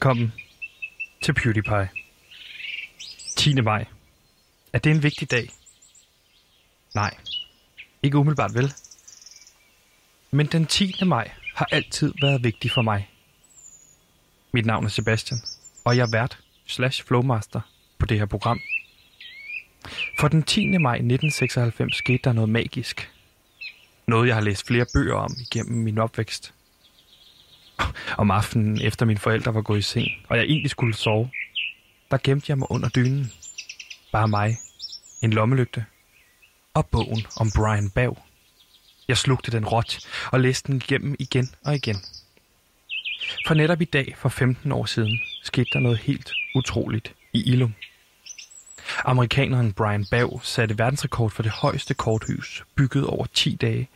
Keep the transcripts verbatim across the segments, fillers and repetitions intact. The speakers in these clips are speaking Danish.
Velkommen til PewDiePie. tiende maj. Er det en vigtig dag? Nej, ikke umiddelbart vel. Men den tiende maj har altid været vigtig for mig. Mit navn er Sebastian, og jeg er vært slash flowmaster på det her program. For den tiende maj nitten seksoghalvfems skete der noget magisk. Noget, jeg har læst flere bøger om igennem min opvækst. Om aftenen, efter mine forældre var gået i seng, og jeg egentlig skulle sove, der gemte jeg mig under dynen. Bare mig, en lommelygte og bogen om Brian Bav. Jeg slugte den råt og læste den igennem igen og igen. For netop i dag, for femten år siden, skete der noget helt utroligt i Illum. Amerikaneren Brian Bav satte verdensrekord for det højeste korthus, bygget over ti dage.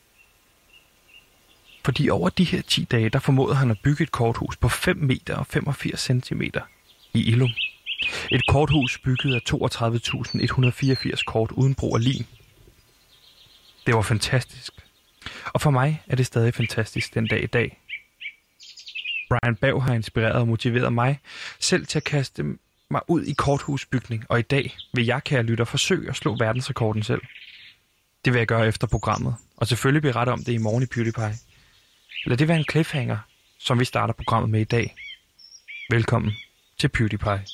Fordi over de her ti dage, der formåede han at bygge et korthus på fem meter og femogfirs centimeter i Illum. Et korthus bygget af toogtredive tusind et hundrede og fireogfirs kort uden brug af lim. Det var fantastisk. Og for mig er det stadig fantastisk den dag i dag. Brian Bav har inspireret og motiveret mig selv til at kaste mig ud i korthusbygning, og i dag vil jeg, kære lytter, forsøge at slå verdensrekorden selv. Det vil jeg gøre efter programmet, og selvfølgelig berette om det i morgen i PewDiePie. Lad det være en cliffhanger, som vi starter programmet med i dag. Velkommen til PewDiePie.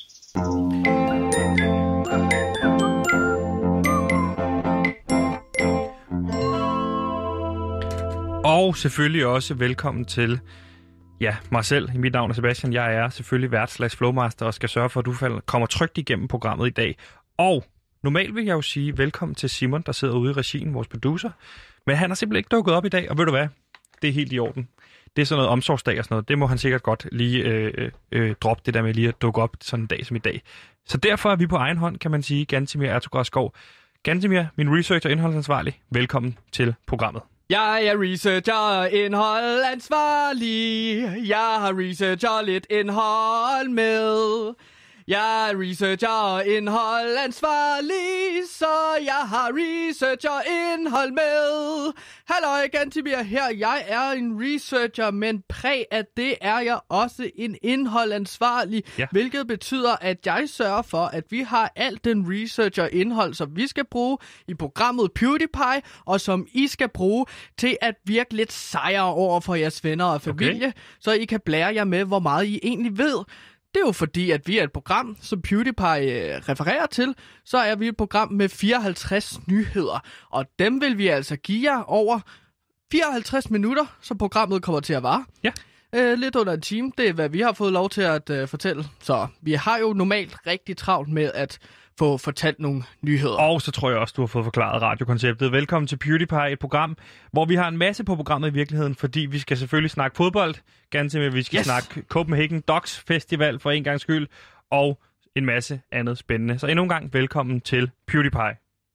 Og selvfølgelig også velkommen til ja, mig selv. Mit navn er Sebastian. Jeg er selvfølgelig vært slash flowmaster og skal sørge for, at du kommer trygt igennem programmet i dag. Og normalt vil jeg jo sige velkommen til Simon, der sidder ude i regien, vores producer. Men han har simpelthen ikke dukket op i dag, og ved du hvad? Det er helt i orden. Det er sådan noget omsorgsdag og sådan noget. Det må han sikkert godt lige øh, øh, droppe det der med lige at dukke op sådan en dag som i dag. Så derfor er vi på egen hånd, kan man sige, Gantemir Ertugård-Skov. Gantemir, min research- og indholdsansvarlig, velkommen til programmet. Jeg er researcher og indholdansvarlig. Jeg har researcher lidt indhold med. Jeg er researcher og indholdansvarlig, så jeg har researcher og indhold med. Halløj, Gantemir her. Jeg er en researcher, men præg af det er jeg også en indholdansvarlig. Ja. Hvilket betyder, at jeg sørger for, at vi har alt den research og indhold, som vi skal bruge i programmet PewDiePie, og som I skal bruge til at virke lidt sejre over for jeres venner og familie, okay, så I kan blære jer med, hvor meget I egentlig ved. Det er jo fordi, at vi er et program, som PewDiePie øh, refererer til, så er vi et program med fireoghalvtreds nyheder. Og dem vil vi altså give jer over fireoghalvtreds minutter, så programmet kommer til at vare. Ja. Øh, lidt under en time, det er hvad vi har fået lov til at øh, fortælle. Så vi har jo normalt rigtig travlt med at få fortalt nogle nyheder. Og så tror jeg også, du har fået forklaret radiokonceptet. Velkommen til PewDiePie, et program, hvor vi har en masse på programmet i virkeligheden, fordi vi skal selvfølgelig snakke fodbold, ganske med, vi skal yes. snakke Copenhagen Dogs Festival for en gang skyld, og en masse andet spændende. Så endnu en gang velkommen til PewDiePie.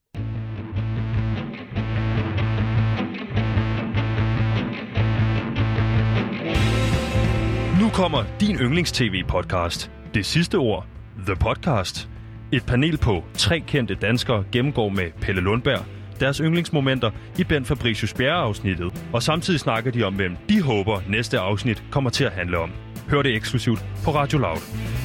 Nu kommer din yndlings-tv-podcast. Det sidste ord. The Podcast. Et panel på tre kendte danskere gennemgår med Pelle Lundberg deres yndlingsmomenter i Ben Fabricius Bjerre-afsnittet, og samtidig snakker de om, hvem de håber næste afsnit kommer til at handle om. Hør det eksklusivt på Radio Loud.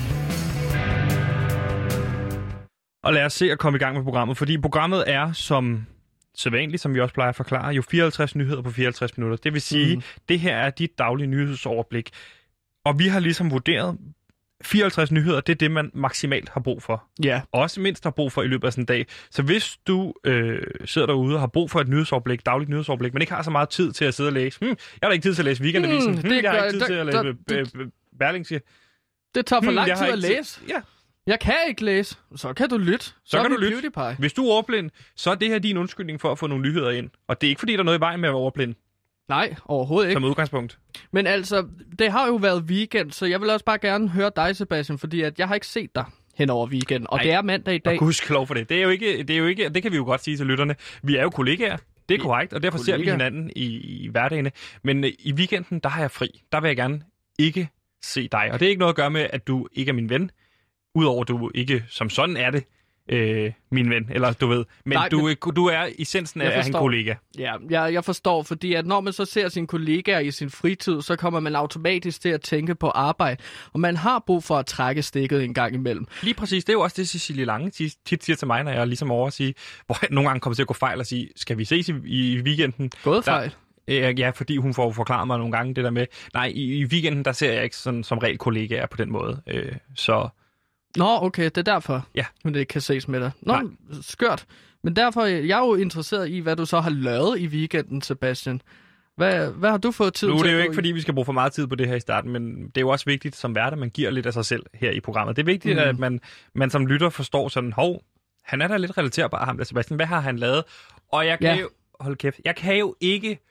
Og lad os se at komme i gang med programmet, fordi programmet er som sædvanligt, som vi også plejer at forklare, jo fireoghalvtreds nyheder på fireoghalvtreds minutter. Det vil sige, mm. det her er dit daglige nyhedsoverblik. Og vi har ligesom vurderet, fireoghalvtreds nyheder, det er det, man maksimalt har brug for. Ja. Også mindst har brug for i løbet af sådan en dag. Så hvis du øh, sidder derude og har brug for et nyhedsoverblik, dagligt nyhedsoverblik, men ikke har så meget tid til at sidde og læse. Hmm, jeg har ikke tid til at læse Weekendavisen. Hmm, hmm, jeg har ikke tid til at læse øh, Berlingske. Det tager for hmm, lang tid at læse. Ja. Jeg kan ikke læse. Så kan du lytte. Så, så kan du lytte. PewDiePie. Hvis du er overblind, så er det her din undskyldning for at få nogle nyheder ind. Og det er ikke fordi, der er noget i vejen med at være overblind. Nej, overhovedet ikke. Som udgangspunkt. Men altså, det har jo været weekend, så jeg vil også bare gerne høre dig, Sebastian, fordi at jeg har ikke set dig hen over weekend, og Ej, det er mandag i dag. Og gudskelov for det. Det er jo ikke, det er jo ikke, det kan vi jo godt sige til lytterne. Vi er jo kollegaer, det er korrekt, og derfor kollegaer. ser vi hinanden i, i hverdagene. Men uh, i weekenden, der har jeg fri. Der vil jeg gerne ikke se dig. Og det er ikke noget at gøre med, at du ikke er min ven. Udover at du ikke som sådan er det. øh, min ven, eller du ved. Men, Nej, du, men du er essensen af en kollega. Ja, jeg, jeg forstår, fordi at når man så ser sine kollegaer i sin fritid, så kommer man automatisk til at tænke på arbejde, og man har brug for at trække stikket en gang imellem. Lige præcis, det er jo også det, Cecilie Lange tit siger til mig, når jeg er ligesom over at sige, hvor jeg nogle gange kommer til at gå fejl og sige, skal vi ses i, i weekenden? Gået fejl? Der, ja, fordi hun får forklaret mig nogle gange det der med, nej, i, i weekenden, der ser jeg ikke sådan, som regel kollegaer på den måde, øh, så... Nå, okay, det er derfor, ja. hun ikke kan ses med dig. Nå, nej. Skørt. Men derfor, jeg er jo interesseret i, hvad du så har lavet i weekenden, Sebastian. Hvad, hvad har du fået tid nu, til? Nu er det jo ikke, fordi vi skal bruge for meget tid på det her i starten, men det er jo også vigtigt som vært, at man giver lidt af sig selv her i programmet. Det er vigtigt, mm. at man, man som lytter forstår sådan, hov, han er da lidt relaterbar, ham der Sebastian. Hvad har han lavet? Og jeg kan ja. jo... Hold kæft. Jeg kan jo ikke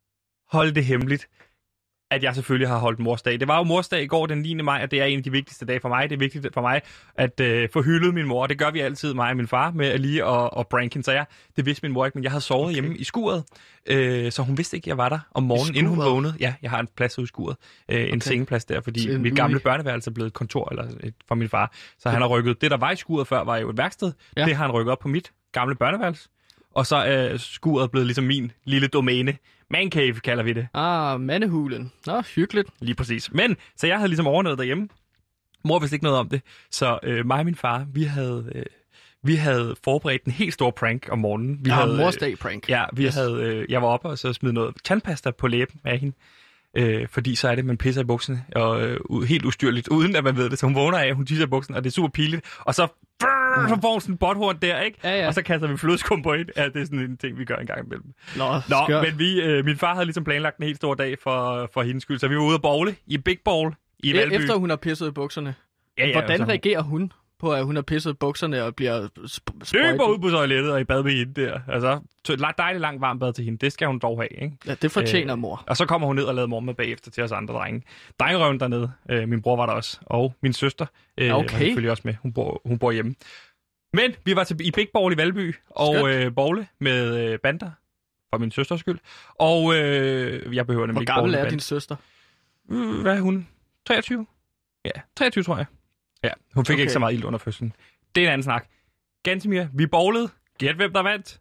holde det hemmeligt, at jeg selvfølgelig har holdt morsdag. Det var jo morsdag i går den niende maj, og det er en af de vigtigste dage for mig. Det er vigtigt for mig at øh, få hyldet min mor, og det gør vi altid, mig og min far, med lige at, at prank hende. Så jeg, det vidste min mor ikke, men jeg havde sovet okay. hjemme i skuret, øh, så hun vidste ikke, at jeg var der om morgenen, inden hun vågnede. Ja, jeg har en plads ude i skuret. Øh, en okay. sengeplads der, fordi en mit gamle børneværelse er blevet et kontor eller et, for min far. Så han har rykket. Det, der var i skuret før, var jo et værksted. Ja. Det har han rykket op på mit gamle børneværelse. Og så er skuret blevet ligesom min lille domæne. Man cave kalder vi det. Ah, mandehulen. Nå, hyggeligt. Lige præcis. Men, så jeg havde ligesom overnået derhjemme. Mor vidste ikke noget om det. Så øh, mig og min far, vi havde, øh, vi havde forberedt en helt stor prank om morgenen. Vi ja, havde, morsdag prank. Ja, vi yes. havde, øh, jeg var oppe og så smed noget tandpasta på læben af hende. Øh, fordi så er det, man pisser i bukserne, og øh, helt ustyrligt, uden at man ved det. Så hun vågner af, hun tisser i bukserne, og det er super pinligt. Og så, brrr, så får hun sådan en botthorn der, ikke? Ja, ja. Og så kaster vi flødeskum på hende. Ja, det er sådan en ting, vi gør en gang imellem. Nå, Nå men vi, øh, min far havde ligesom planlagt en helt stor dag for, for hendes skyld, så vi var ude at bowle i Big Ball i Valby. Efter hun har pisset i bukserne. Ja, ja, hvordan så... reagerer hun på, at hun har pisset i bukserne og bliver sp- sprøjtet? Løber ud på toilettet og i bad med hende der. Altså, et dejligt langt varmt bad til hende. Det skal hun dog have, ikke? Ja, det fortjener mor. Øh, og så kommer hun ned og laver morgenmad bagefter til os andre drenge. Drengerøven dernede. Øh, min bror var der også. Og min søster øh, okay. var selvfølgelig også med. Hun bor, hun bor hjemme. Men vi var til, i Big Ball i Valby og øh, bowle med øh, bander. For min søsters skyld. Og øh, jeg behøver nemlig ikke Hvor gammel er din søster? Øh, hvad er hun? treogtyve? Ja, treogtyve tror jeg. Ja, hun fik okay. ikke så meget ild under fødslen. Det er en anden snak. Gantemir, vi bowlede. Gæt, hvem der vandt?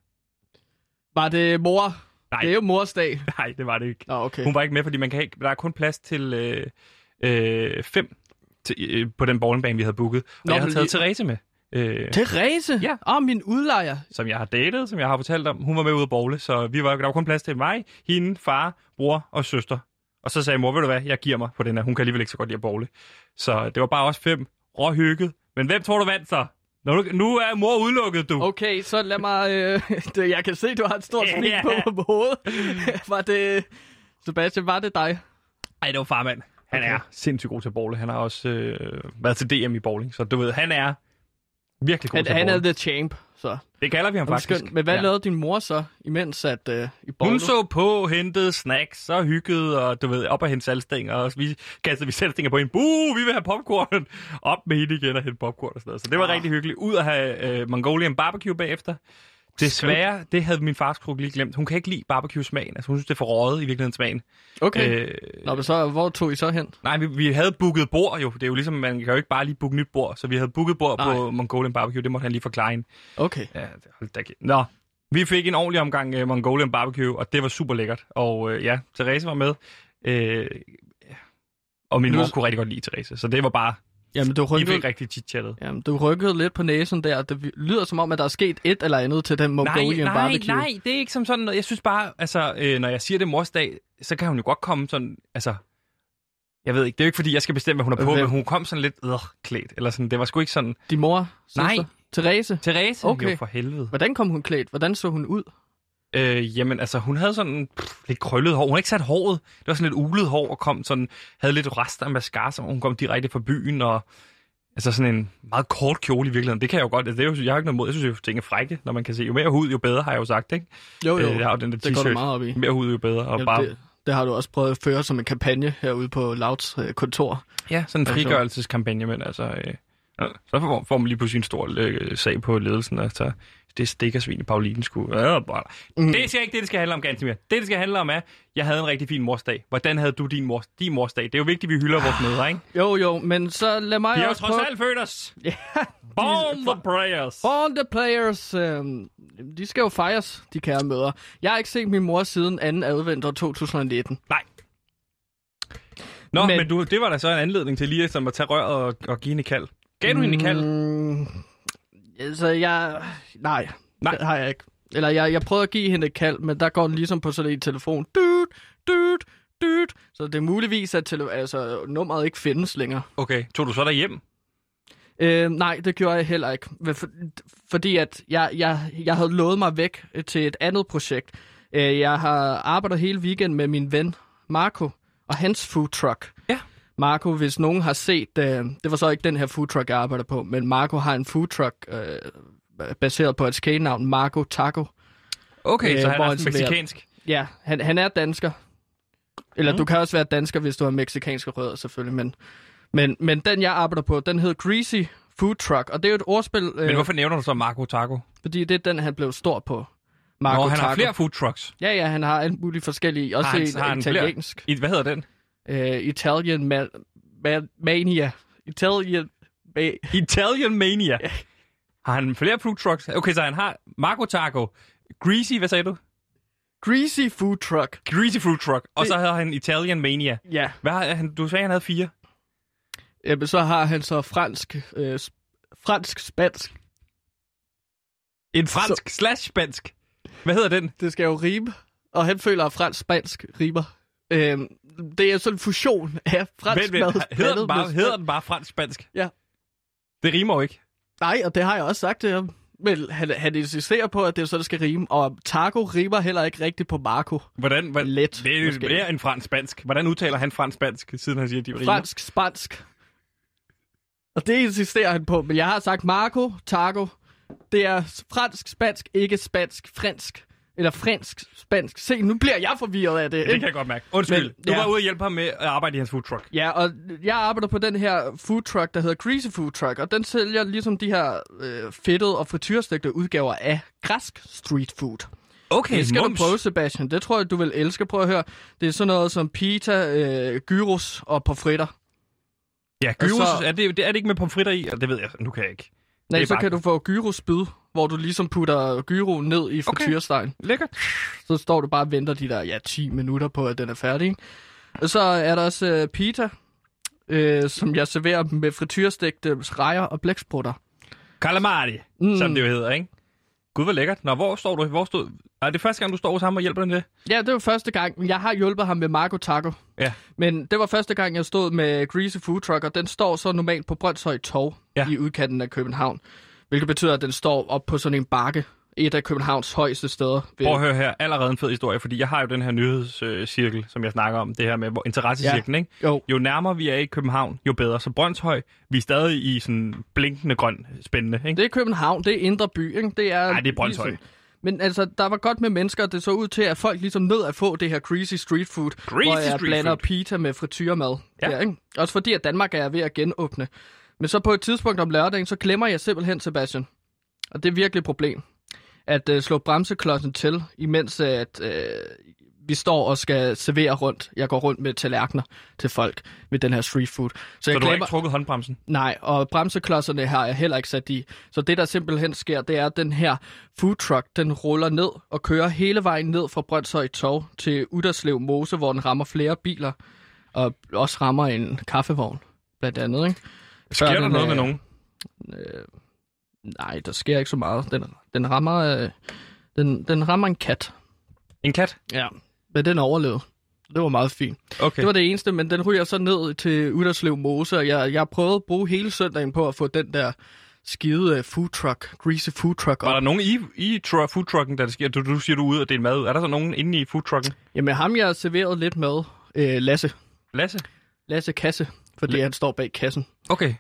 Var det mor? Nej. Det er jo morsdag. Nej, det var det ikke. Oh, okay. Hun var ikke med, fordi man kan ikke, der er kun plads til øh, øh, fem til, øh, på den bowlingbane, vi havde booket. Og Nå, jeg havde taget lige... Therese med. Øh, Therese? Ja. Åh, oh, min udlejer. Som jeg har datet, som jeg har fortalt om. Hun var med ude at bowle, så vi var, der var kun plads til mig, hende, far, bror og søster. Og så sagde mor, ved du hvad, jeg giver mig på den her. Hun kan alligevel ikke så godt lide at bowle. Så det var bare også fem råhygget. Men hvem tror du vandt så? Nu, nu er mor udelukket, du. Okay, så lad mig... Øh, det, jeg kan se, du har et stort smil yeah. på på hovedet. Var det... Sebastian, var det dig? Nej, det var farmand. Han okay. er sindssygt god til at bowle. Han har også øh, været til D M i bowling. Så du ved, han er virkelig god han, til at han bowle. Han er the champ, så... Det kalder vi ham faktisk. Skønt. Men hvad ja. lavede din mor så, imens at øh, i bowling? Hun så på, hentede snacks og hyggede, og du ved, op af hendes salgstænger, og vi kastede vi salgstænger på hende. Buh, vi vil have popcorn. Op med hende igen og hente popcorn og sådan noget. Så det var ah. rigtig hyggeligt. Ud at have øh, Mongolian barbecue bagefter. Desværre, det havde min fars kruk lige glemt. Hun kan ikke lide barbecue-smagen. Altså, hun synes, det er for røget i virkeligheden smagen. Okay. Øh, Nå, men så, hvor tog I så hen? Nej, vi, vi havde booket bord jo. Det er jo ligesom, man kan jo ikke bare lige booke nyt bord. Så vi havde booket bord nej. på Mongolian barbecue. Det måtte han lige forklare hende. Okay. Ja, hold da ikke. Nå, vi fik en ordentlig omgang uh, Mongolian barbecue, og det var super lækkert. Og uh, ja, Therese var med. Uh, og min mor kunne rigtig godt lide Therese. Så det var bare... Jamen, du rykkede... I fik rigtig chit-chattet. Jamen, du rykkede lidt på næsen der. Det lyder som om, at der er sket et eller andet til den Mongolian nej, barbecue. Nej, nej, det er ikke som sådan noget. Jeg synes bare, altså, øh, når jeg siger det morsdag, så kan hun jo godt komme sådan, altså... Jeg ved ikke, det er jo ikke fordi, jeg skal bestemme, hvad hun er på, okay. Men hun kom sådan lidt øh, klædt, eller sådan. Det var sgu ikke sådan... Din mor? Søster? Nej. Therese? Therese? Okay. Jo, for helvede. Hvordan kom hun klædt? Hvordan så hun ud? Øh, jamen, altså, hun havde sådan pff, lidt krøllet hår. Hun havde ikke sat håret. Det var sådan lidt ulet hår, og kom sådan... Havde lidt rester af mascara, så hun kom direkte fra byen, og... Altså sådan en meget kort kjole i virkeligheden. Det kan jeg jo godt. Altså, det er jo, jeg har ikke noget mod. Jeg synes, at ting er frække, når man kan se. Jo mere hud, jo bedre, har jeg jo sagt, ikke? Jo, jo. Øh, jeg har jo den der det går du meget op i. Mere hud, jo bedre. Og ja, bare... det, det har du også prøvet at føre som en kampagne herude på Louds øh, kontor. Ja, sådan en frigørelseskampagne, men altså... Øh, Ja, så får, får man lige pludselig en stor øh, sag på ledelsen, og så det stikker svin i Pauline skulle. Ja, bare. Mm. Det er ikke det, det skal handle om, Gantemir. Det, det skal handle om, er, jeg havde en rigtig fin morsdag. Hvordan havde du din, mors, din morsdag? Det er jo vigtigt, at vi hylder vores mødre, ikke? Jo, jo, men så lad mig de også prøve... De har jo trods alt født os. Ja. Born the players. Born the players. Øh, de skal jo fejres, de kære mødre. Jeg har ikke set min mor siden anden advent år to tusind nitten. Nej. Nå, men, men du, det var da så en anledning til lige at tage røret og, og give hende et kald. Gav du hende et kald? Mm, altså, jeg... Nej, Nej, det har jeg ikke. Eller jeg, jeg prøvede at give hende et kald, men der går den ligesom på sådan en telefon. Dut, dut, dut. Så det er muligvis, at tele- altså, nummeret ikke findes længere. Okay, tog du så derhjem? Øh, nej, det gjorde jeg heller ikke. For, fordi at jeg, jeg, jeg havde lovet mig væk til et andet projekt. Jeg har arbejdet hele weekenden med min ven Marco og hans food truck. Ja. Marco, hvis nogen har set, øh, det var så ikke den her food truck, jeg arbejder på, men Marco har en food truck øh, baseret på et skædenavn, Marco Taco. Okay, øh, så han er han mexicansk? Ja, han, han er dansker. Eller mm. du kan også være dansker, hvis du har mexikanske rødder, selvfølgelig. Men, men, men den, jeg arbejder på, den hedder Greasy Food Truck, og det er jo et ordspil... Øh, men hvorfor nævner du så Marco Taco? Fordi det er den, han blev stor på. Marco Nå, han Taco. har flere food trucks? Ja, ja, han har alt muligt forskellige. Også har han, i, har han italiensk. I, hvad hedder den? Uh, Italian ma- ma- Mania. Italian... Ma- Italian Mania. Har han flere food trucks? Okay, så han har Marco Taco, Greasy, hvad sagde du? Greasy Food Truck. Greasy Food Truck. Og det... så havde han Italian Mania. Ja. Hvad har han? Du sagde, han havde fire. Jamen, så har han så fransk... Øh, fransk-spansk. En fransk så... slash spansk. Hvad hedder den? Det skal jo rime. Og han føler, at fransk-spansk rimer. Øhm, det er sådan en fusion af fransk vent, vent. Hedder, den bare, hedder den bare fransk-spansk? Ja. Det rimer jo ikke. Nej, og det har jeg også sagt til ham. Men han, han insisterer på, at det er så, det skal rime. Og taco rimer heller ikke rigtigt på Marco. Hvordan? Hvordan Let. Det er jo mere end fransk-spansk. Hvordan udtaler han fransk-spansk, siden han siger, at de rimer? Fransk-spansk. Og det insisterer han på. Men jeg har sagt Marco, taco. Det er fransk-spansk, ikke spansk-fransk. Eller fransk-spansk. Se, nu bliver jeg forvirret af det. Det kan jeg godt mærke. Undskyld. Men, du ja. var ude og hjælpe ham med at arbejde i hans food truck. Ja, og jeg arbejder på den her food truck, der hedder Greasy Food Truck. Og den sælger ligesom de her øh, fedtede og frityrstegte udgaver af græsk street food. Okay, det skal mums. du prøve, Sebastian. Det tror jeg, du vil elske. Prøv at høre. Det er sådan noget som pita, øh, gyros og pomfritter. Ja, gyros. Så, er, det, er det ikke med pomfritter i? Det ved jeg. Nu kan jeg ikke. Nej, så bare... kan du få gyrospyd, hvor du ligesom putter gyroen ned i frityrestegen. Okay. Lækkert. Så står du bare og venter de der ja, ti minutter på, at den er færdig. Og så er der også uh, pita, uh, som jeg serverer med frityrstegte rejer og blæksprutter. Calamari, mm. som det jo hedder, ikke? Gud, hvor lækkert. Nå, hvor står du? Hvor stod... Er det første gang, du står hos ham og hjælper den det? Ja, det var første gang. Jeg har hjulpet ham med Marco Taco. Ja. Men det var første gang, jeg stod med Greasy Food Truck, og den står så normalt på Brøndshøj Torv ja. i udkanten af København. Hvilket betyder, at den står op på sådan en bakke. Et af Københavns højeste steder. Prøv at høre her. Allerede en fed historie, fordi jeg har jo den her nyhedscirkel, øh, som jeg snakker om. Det her med interessecirklen, ja. Ikke? Jo. Jo nærmere vi er i København, jo bedre. Så Brøndshøj, vi er stadig i sådan blinkende grøn spændende, ikke? Det er København, det er indre by, ikke? Det er... Nej, det er Brøndshøj. Ligesom... Men altså, der var godt med mennesker, det så ud til, at folk ligesom nød at få det her greasy street food, greasy hvor jeg blander food. pita med frityrmad. Ja. Der, ikke? Også fordi, at Danmark er ved at genåbne. Men så på et tidspunkt om lørdagen, så glemmer jeg simpelthen, Sebastian. Og det er virkelig et problem. At uh, slå bremseklodsen til, imens at uh, vi står og skal servere rundt. Jeg går rundt med tallerkener til folk med den her street food. Så, så jeg du glemmer... har ikke trukket håndbremsen? Nej, og bremseklodserne har jeg heller ikke sat i. Så det, der simpelthen sker, det er, at den her food truck, den ruller ned og kører hele vejen ned fra Brøndshøj Torv til Udderslev Mose, hvor den rammer flere biler. Og også rammer en kaffevogn, blandt andet, ikke? Sker der den, noget øh, med nogen? Øh, nej, der sker ikke så meget. Den, den, rammer, øh, den, den rammer en kat. En kat? Ja, men den overlevede. Det var meget fint. Okay. Det var det eneste, men den ryger så ned til Udderslev Mose, og jeg, jeg prøvede at bruge hele søndagen på at få den der skide food truck, greasy food truck op. Var der nogen i, i tr- food trucken, der det sker? Du, du siger, du er ude og dele mad ud. Er der så nogen inde i food trucken? Jamen ham, jeg har serveret lidt mad. Øh, Lasse. Lasse? Lasse Kasse, fordi L- han står bag kassen. Okay.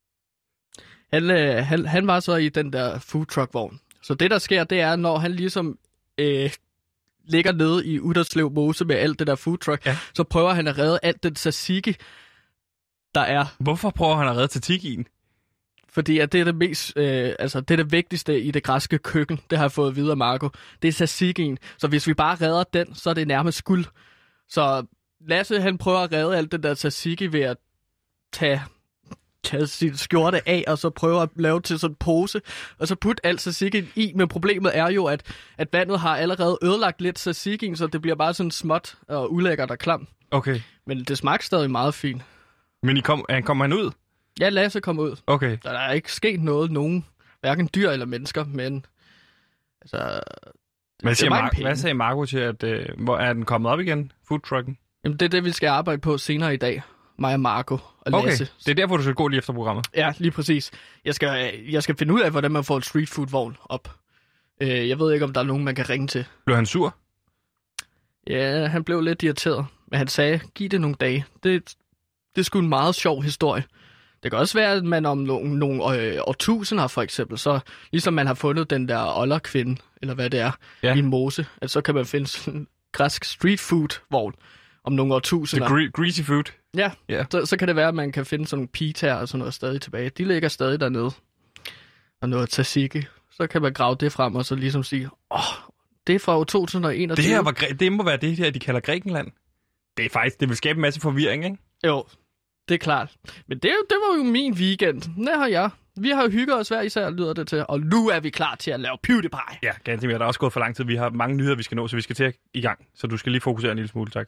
Han, øh, han, han var så i den der food truck-vogn. Så det, der sker, det er, når han ligesom øh, ligger nede i Udderslev Mose med alt det der food truck, ja. så prøver han at redde alt den tzatziki, der er. Hvorfor prøver han at redde tzatzikien? Fordi at det er det mest, øh, altså det er det vigtigste i det græske køkken, det har jeg fået videre, Marco. Det er tzatzikien. Så hvis vi bare redder den, så er det nærmest guld. Så Lasse, han prøver at redde alt det der tzatziki ved at tage, tage sin skjorte af, og så prøver at lave til sådan en pose, og så putte alt tzatzikien i. Men problemet er jo, at, at vandet har allerede ødelagt lidt tzatzikien, så det bliver bare sådan småt og ulækkert og klam. Okay. Men det smagte stadig meget fint. Men I kom, han kommer han ud? Ja, Lasse kom ud. Okay. Der er ikke sket noget, nogen, hverken dyr eller mennesker, men altså... Hvad siger, Mar- hvad sagde Marco til, at øh, hvor er den kommet op igen, foodtrucken? Jamen, det er det, vi skal arbejde på senere i dag. Mig og Marco og Lasse. Okay, det er derfor, du skal gå lige efter programmet? Ja, lige præcis. Jeg skal, jeg skal finde ud af, hvordan man får et streetfood-vogn op. Øh, jeg ved ikke, om der er nogen, man kan ringe til. Blev han sur? Ja, han blev lidt irriteret. Men han sagde, giv det nogle dage. Det, det er sgu en meget sjov historie. Det kan også være, at man om nogle, nogle øh, årtusinder for eksempel, så ligesom man har fundet den der olderkvinde, eller hvad det er, ja. i en mose, at så kan man finde sådan en græsk streetfood-vogn om nogle årtusinder. The gre- greasy food? Ja, yeah. så, så kan det være, at man kan finde sådan nogle pitaer og sådan noget stadig tilbage. De ligger stadig dernede. Og noget tzatziki. Så kan man grave det frem og så ligesom sige, åh, oh, det er fra år to tusind og enogtyve. Det her var, det må være det her, de kalder Grækenland. Det er faktisk, det vil skabe en masse forvirring, ikke? Jo, det er klart. Men det, det var jo min weekend. Det har jeg. Vi har hygget os hver især, lyder det til. Og nu er vi klar til at lave PewDiePie. Ja, ganske mere. Der er også gået for lang tid. Vi har mange nyheder, vi skal nå, så vi skal til i gang. Så du skal lige fokusere en lille smule, tak.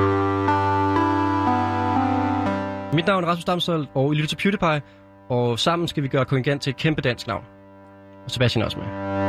Mit navn er Rasmus Damsøl, og I lytter til PewDiePie. Og sammen skal vi gøre Kongigant til et kæmpe dansk navn. Og Sebastian også med.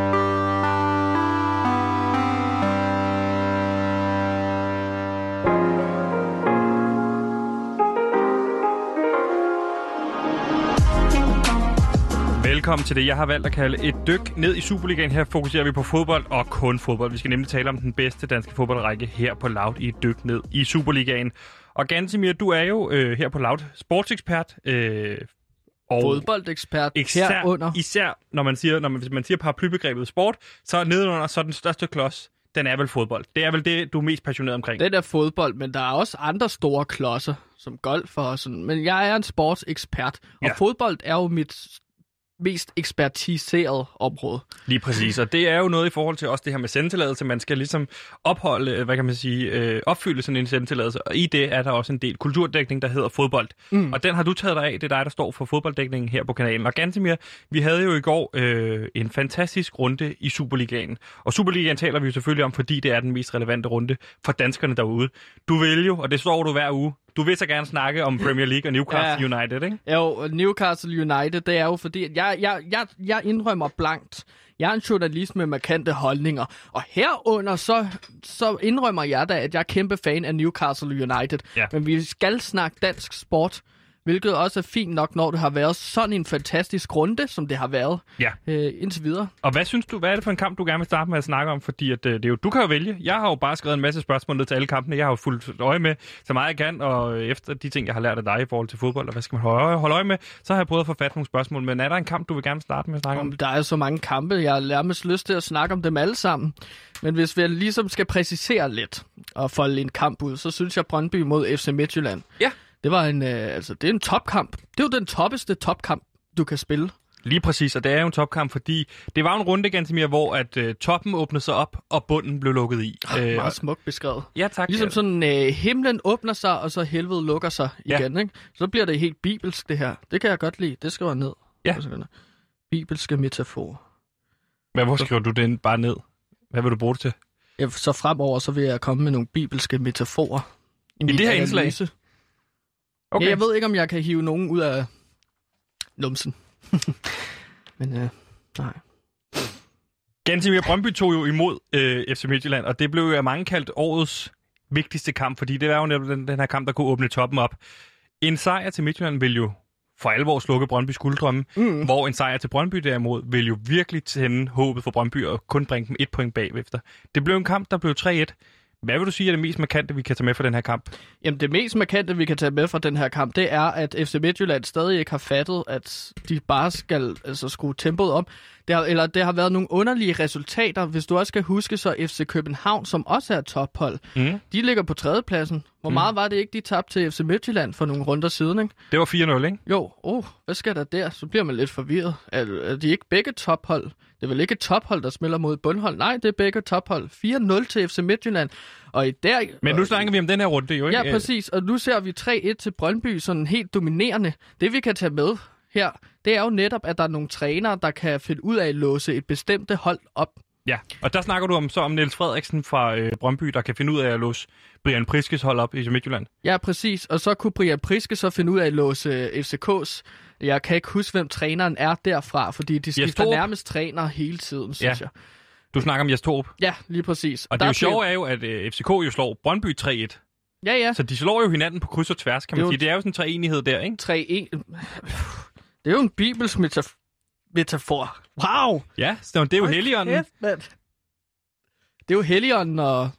Velkommen til det, jeg har valgt at kalde et dyk ned i Superligaen. Her fokuserer vi på fodbold og kun fodbold. Vi skal nemlig tale om den bedste danske fodboldrække her på Loud i et dyk ned i Superligaen. Og Gantemir, du er jo øh, her på Loud sportsekspert. Øh, og fodboldekspert især, herunder. Især når man siger, når man, hvis man siger paraplybegrebet sport, så nedenunder så den største klods, den er vel fodbold. Det er vel det, du er mest passioneret omkring. Det er fodbold, men der er også andre store klodser, som golf og sådan. Men jeg er en sportsekspert, og ja. fodbold er jo mit mest ekspertiserede område. Lige præcis, og det er jo noget i forhold til også det her med sendetilladelse. Man skal ligesom opholde, hvad kan man sige, øh, opfylde sådan en sendetilladelse, og i det er der også en del kulturdækning, der hedder fodbold. Mm. Og den har du taget dig af, det er dig, der står for fodbolddækningen her på kanalen. Og Gantemir, vi havde jo i går øh, en fantastisk runde i Superligaen. Og Superligaen taler vi jo selvfølgelig om, fordi det er den mest relevante runde for danskerne derude. Du vil jo, og det står du hver uge, du vil så gerne snakke om Premier League og Newcastle ja. United, ikke? Jo, Newcastle United, det er jo fordi, at jeg, jeg, jeg, jeg indrømmer blankt. Jeg er en journalist med markante holdninger, og herunder så, så indrømmer jeg da, at jeg er kæmpe fan af Newcastle United. Ja. Men vi skal snakke dansk sport, hvilket også er fint nok, når det har været sådan en fantastisk runde, som det har været ja. øh, indtil videre. Og hvad synes du, hvad er det for en kamp, du gerne vil starte med at snakke om? Fordi at, øh, det er jo, du kan jo vælge. Jeg har jo bare skrevet en masse spørgsmål ned til alle kampene. Jeg har jo fulgt øje med, så meget jeg kan, og efter de ting, jeg har lært af dig i forhold til fodbold, og hvad skal man holde, holde øje med, så har jeg prøvet at få fat nogle spørgsmål. Men er der en kamp, du vil gerne starte med at snakke om? Der er så mange kampe, jeg har nærmest lyst til at snakke om dem alle sammen. Men hvis vi ligesom skal præcisere lidt og folde en kamp ud, så synes jeg Brøndby mod F C Midtjylland. Ja. Det var en, øh, altså, det er en topkamp. Det er jo den toppeste topkamp, du kan spille. Lige præcis, og det er jo en topkamp, fordi det var en runde, Gantemir, hvor at øh, toppen åbnede sig op, og bunden blev lukket i. Oh, øh, meget smukt beskrevet. Ja, tak. Ligesom sådan, øh, himlen åbner sig, og så helvede lukker sig igen, ja. Ikke? Så bliver det helt bibelsk, det her. Det kan jeg godt lide. Det skriver jeg ned. Ja. Bibelske metafor. Hvad, hvor skriver du den bare ned? Hvad vil du bruge det til? Ja, så fremover, så vil jeg komme med nogle bibelske metaforer. I, I det her indslag? Okay. Ja, jeg ved ikke, om jeg kan hive nogen ud af numsen. Men øh, nej. Gantemir, Brøndby tog jo imod øh, F C Midtjylland, og det blev jo af mange kaldt årets vigtigste kamp, fordi det var jo netop den, den her kamp, der kunne åbne toppen op. En sejr til Midtjylland vil jo for alvor slukke Brøndbys gulddrømme, mm. hvor en sejr til Brøndby derimod vil jo virkelig tænde håbet for Brøndby og kun bringe dem et point bagefter. Det blev en kamp, der blev tre et. Hvad vil du sige er det mest markante, vi kan tage med fra den her kamp? Jamen det mest markante, vi kan tage med fra den her kamp, det er, at F C Midtjylland stadig ikke har fattet, at de bare skal altså, skrue tempoet op. Det har, eller det har været nogle underlige resultater. Hvis du også skal huske, så F C København, som også er tophold, mm. de ligger på tredjepladsen. Hvor mm. meget var det ikke, de tabte til F C Midtjylland for nogle runder siden, ikke? Det var fire nul, ikke? Jo, oh, hvad skal der der? Så bliver man lidt forvirret. Er, er de ikke begge tophold? Det er vel ikke et tophold, der spiller mod bundhold? Nej, det er begge tophold. fire nul til F C Midtjylland. Og i der, Men nu snakker vi om den her runde, jo, ikke? Ja, præcis. Og nu ser vi tre et til Brøndby, sådan helt dominerende. Det vi kan tage med her, det er jo netop, at der er nogle trænere, der kan finde ud af at låse et bestemte hold op. Ja, og der snakker du om, så om Niels Frederiksen fra øh, Brøndby, der kan finde ud af at låse Brian Priskes hold op i Midtjylland. Ja, præcis. Og så kunne Brian Priske så finde ud af at låse øh, F C K's. Jeg kan ikke huske, hvem træneren er derfra, fordi de skifter nærmest træner hele tiden, synes ja. jeg. Du snakker om Jes Torup. Ja, lige præcis. Og det er jo sjovt er jo, at øh, F C K jo slår Brøndby tre et. Ja, ja. Så de slår jo hinanden på kryds og tværs, kan man det sige. Det er jo sådan en treenighed der, ikke? tre et. Det er jo en bibelsk metaf- metafor. Wow! Ja, så det er jo Helligånden. Det er jo Helligånden og,